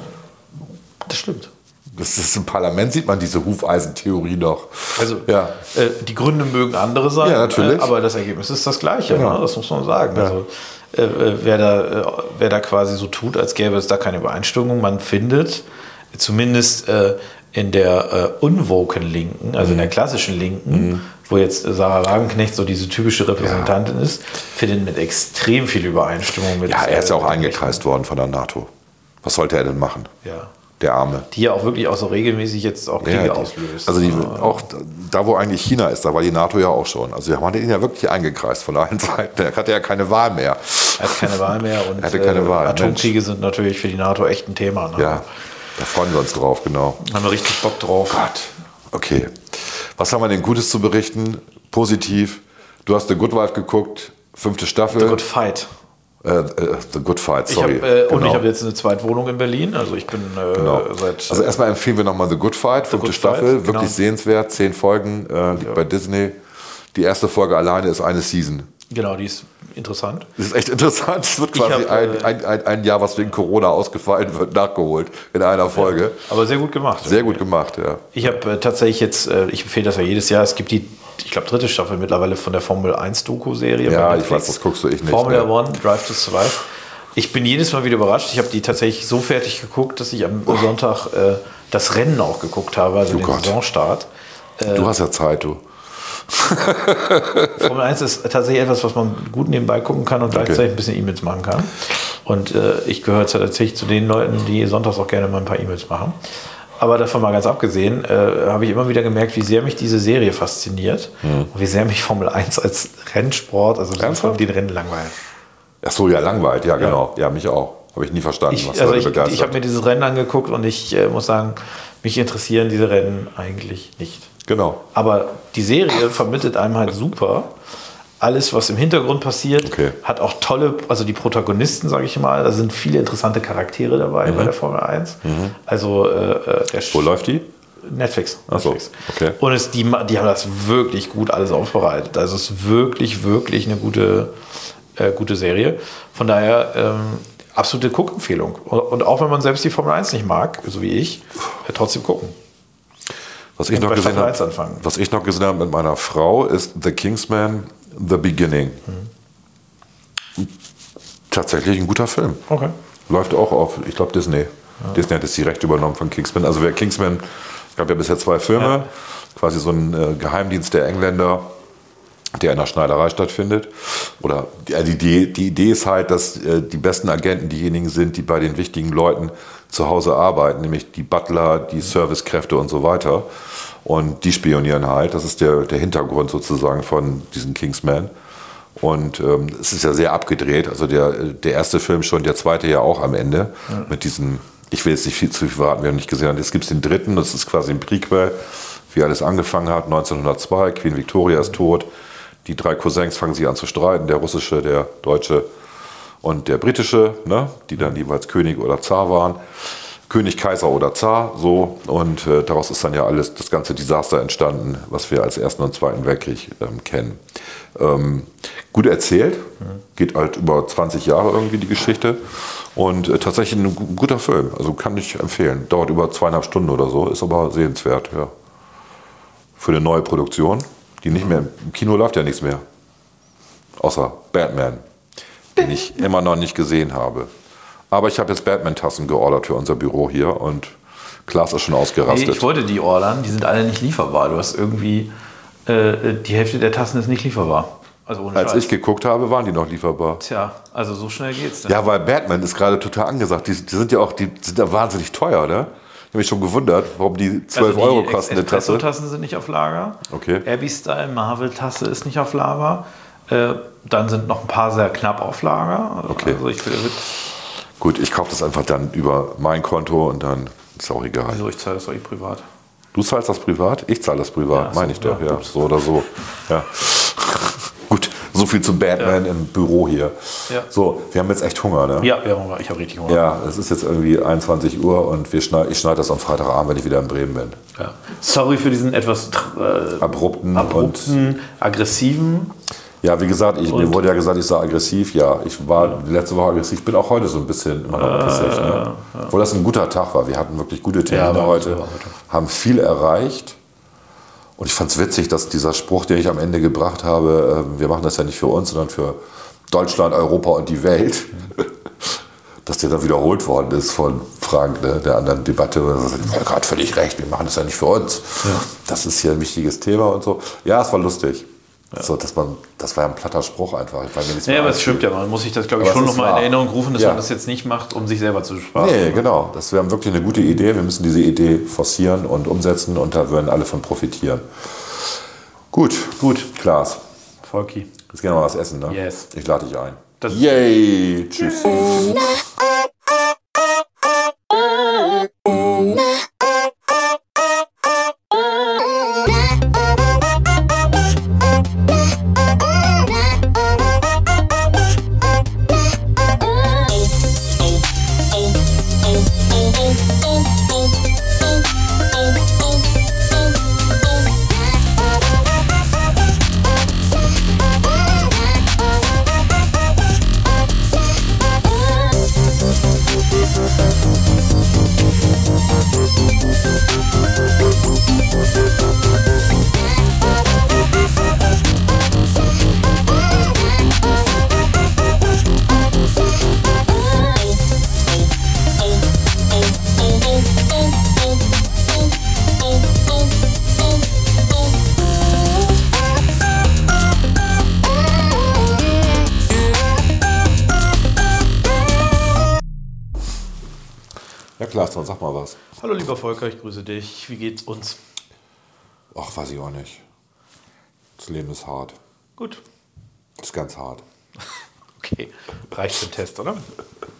Das stimmt. Das ist im Parlament, sieht man diese Hufeisentheorie noch. Also die Gründe mögen andere sein, natürlich. Aber das Ergebnis ist das Gleiche. Ja. Ne? Das muss man sagen. Ja. Also, wer da quasi so tut, als gäbe es da keine Übereinstimmung, man findet zumindest in der unwoken Linken, also in der klassischen Linken, wo jetzt Sarah Wagenknecht so diese typische Repräsentantin ist, findet mit extrem viel Übereinstimmung mit. Ja, er ist ja auch eingekreist worden von der NATO. Was sollte er denn machen? Ja. Der Arme. Die ja auch wirklich auch so regelmäßig jetzt auch Kriege auslöst. Also auch da, wo eigentlich China ist, da war die NATO ja auch schon. Also wir haben ihn ja wirklich eingekreist von allen Seiten. Er hatte ja keine Wahl mehr. Er hat keine Wahl mehr und Atomkriege sind natürlich für die NATO echt ein Thema. Ne? Ja, da freuen wir uns drauf, genau. Haben wir richtig Bock drauf. Gott. Okay. Was haben wir denn Gutes zu berichten? Positiv. Du hast The Good Wife geguckt, 5. Staffel. The Good Fight. The Good Fight, sorry. Und ich habe jetzt eine Zweitwohnung in Berlin. Also ich bin seit... Also erstmal empfehlen wir nochmal The Good Fight, 5. Staffel. Wirklich sehenswert, 10 Folgen, liegt bei Disney. Die erste Folge alleine ist eine Season. Genau, die ist interessant. Das ist echt interessant. Es wird quasi ein Jahr, was wegen Corona ausgefallen wird, nachgeholt in einer Folge. Ja, aber sehr gut gemacht. Sehr gut gemacht, ja. Ich habe tatsächlich jetzt, ich empfehle das ja jedes Jahr, es gibt die, ich glaube, 3. Staffel mittlerweile von der Formel 1 Doku-Serie. Ja, ich weiß, das guckst du nicht. Formula One, Drive to Survive. Ich bin jedes Mal wieder überrascht. Ich habe die tatsächlich so fertig geguckt, dass ich am Sonntag das Rennen auch geguckt habe, also den Saisonstart. Du hast ja Zeit, du. Formel 1 ist tatsächlich etwas, was man gut nebenbei gucken kann und gleichzeitig ein bisschen E-Mails machen kann. Und ich gehöre tatsächlich zu den Leuten, die sonntags auch gerne mal ein paar E-Mails machen. Aber davon mal ganz abgesehen, habe ich immer wieder gemerkt, wie sehr mich diese Serie fasziniert und wie sehr mich Formel 1 als Rennsport, also den Rennen langweilt. Ach so, ja, langweilt, ja, genau. Ja, mich auch. Habe ich nie verstanden, ich habe mir dieses Rennen angeguckt und ich muss sagen, mich interessieren diese Rennen eigentlich nicht. Genau. Aber die Serie vermittelt einem halt super alles, was im Hintergrund passiert, hat auch tolle, also die Protagonisten, sage ich mal, da sind viele interessante Charaktere dabei bei der Formel 1. Also wo läuft die? Netflix. Ach so, okay. Und die haben das wirklich gut alles aufbereitet. Also es ist wirklich, wirklich eine gute Serie. Von daher absolute Guckempfehlung. Und auch wenn man selbst die Formel 1 nicht mag, so wie ich, trotzdem gucken. Was ich noch gesehen habe mit meiner Frau ist The Kingsman, The Beginning. Tatsächlich ein guter Film. Okay. Läuft auch auf, ich glaube, Disney. Ja. Disney hat jetzt die Rechte übernommen von Kingsman. Also wer Kingsman, es gab ja bisher 2 Filme, quasi so ein Geheimdienst der Engländer, der in der Schneiderei stattfindet. Oder die Idee ist halt, dass die besten Agenten diejenigen sind, die bei den wichtigen Leuten zu Hause arbeiten, nämlich die Butler, die Servicekräfte und so weiter. Und die spionieren halt. Das ist der Hintergrund sozusagen von diesem Kingsman. Und es ist ja sehr abgedreht. Also der erste Film schon, der zweite ja auch am Ende. Mit diesem, ich will jetzt nicht viel zu viel verraten, wir haben nicht gesehen. Jetzt gibt es den dritten, das ist quasi ein Prequel, wie alles angefangen hat. 1902, Queen Victoria ist tot. Die 3 Cousins fangen sich an zu streiten, der russische, der deutsche und der britische, ne, die dann jeweils König oder Zar waren. König, Kaiser oder Zar, so. Und daraus ist dann ja alles, das ganze Desaster entstanden, was wir als Ersten und Zweiten Weltkrieg kennen. Gut erzählt, geht halt über 20 Jahre irgendwie die Geschichte. Und tatsächlich ein guter Film, also kann ich empfehlen. Dauert über 2,5 Stunden oder so, ist aber sehenswert, ja. Für eine neue Produktion, die nicht mehr, im Kino läuft ja nichts mehr. Außer Batman, den ich immer noch nicht gesehen habe. Aber ich habe jetzt Batman-Tassen geordert für unser Büro hier und Klaas ist schon ausgerastet. Nee, ich wollte die ordern, die sind alle nicht lieferbar. Du hast irgendwie, die Hälfte der Tassen ist nicht lieferbar. Also ohne Als Scheiß. ich geguckt habe, waren die noch lieferbar. Tja, also so schnell geht's dann. Ja, weil Batman ist gerade total angesagt. Die sind ja auch, die sind ja wahnsinnig teuer, ne? Ich habe mich schon gewundert, warum die 12 Euro kosten, eine Tasse. Espresso-Tassen sind nicht auf Lager. Okay. Abbey-Style Marvel-Tasse ist nicht auf Lager. Dann sind noch ein paar sehr knapp auf Lager. Okay. Also ich will, Gut, ich kaufe das einfach dann über mein Konto und dann ist auch egal. wieso, ich zahle das doch privat. Du zahlst das privat? Ich zahle das privat, Ja, so, meine ich doch, ja, ja. gut. So oder so. Ja. Gut, so viel zum Batman im Büro hier. Ja. So, wir haben jetzt echt Hunger, ne? Ja, ich habe richtig Hunger. Ja, es ist jetzt irgendwie 21 Uhr und ich schneide das am Freitagabend, wenn ich wieder in Bremen bin. Ja. Sorry für diesen etwas Abrupten aggressiven. Ja, wie gesagt, mir wurde ja gesagt, ich sei aggressiv. Ja, ich war letzte Woche aggressiv, bin auch heute so ein bisschen immer noch pissig. Ne? Obwohl das ein guter Tag war. Wir hatten wirklich gute Termine heute, haben viel erreicht. Und ich fand es witzig, dass dieser Spruch, den ich am Ende gebracht habe, wir machen das ja nicht für uns, sondern für Deutschland, Europa und die Welt, dass der dann wiederholt worden ist von Frank, ne, der anderen Debatte. Volker hat völlig recht, wir machen das ja nicht für uns. Ja. Das ist hier ein wichtiges Thema und so. Ja, es war lustig. Ja. So, das war ja ein platter Spruch einfach. Ja, aber es stimmt ja, man muss sich das, glaube ich, schon nochmal in Erinnerung rufen, dass man das jetzt nicht macht, um sich selber zu sparen. Nee, genau. Das wäre wirklich eine gute Idee. Wir müssen diese Idee forcieren und umsetzen und da würden alle von profitieren. Gut, Klaas. Volki. Jetzt gehen wir mal was essen, ne? Yes. Ich lade dich ein. Yay! Tschüss. Klaas, dann sag mal was. Hallo lieber Volker, ich grüße dich. Wie geht's uns? Ach, weiß ich auch nicht. Das Leben ist hart. Gut. Das ist ganz hart. Okay, reicht für den Test, oder?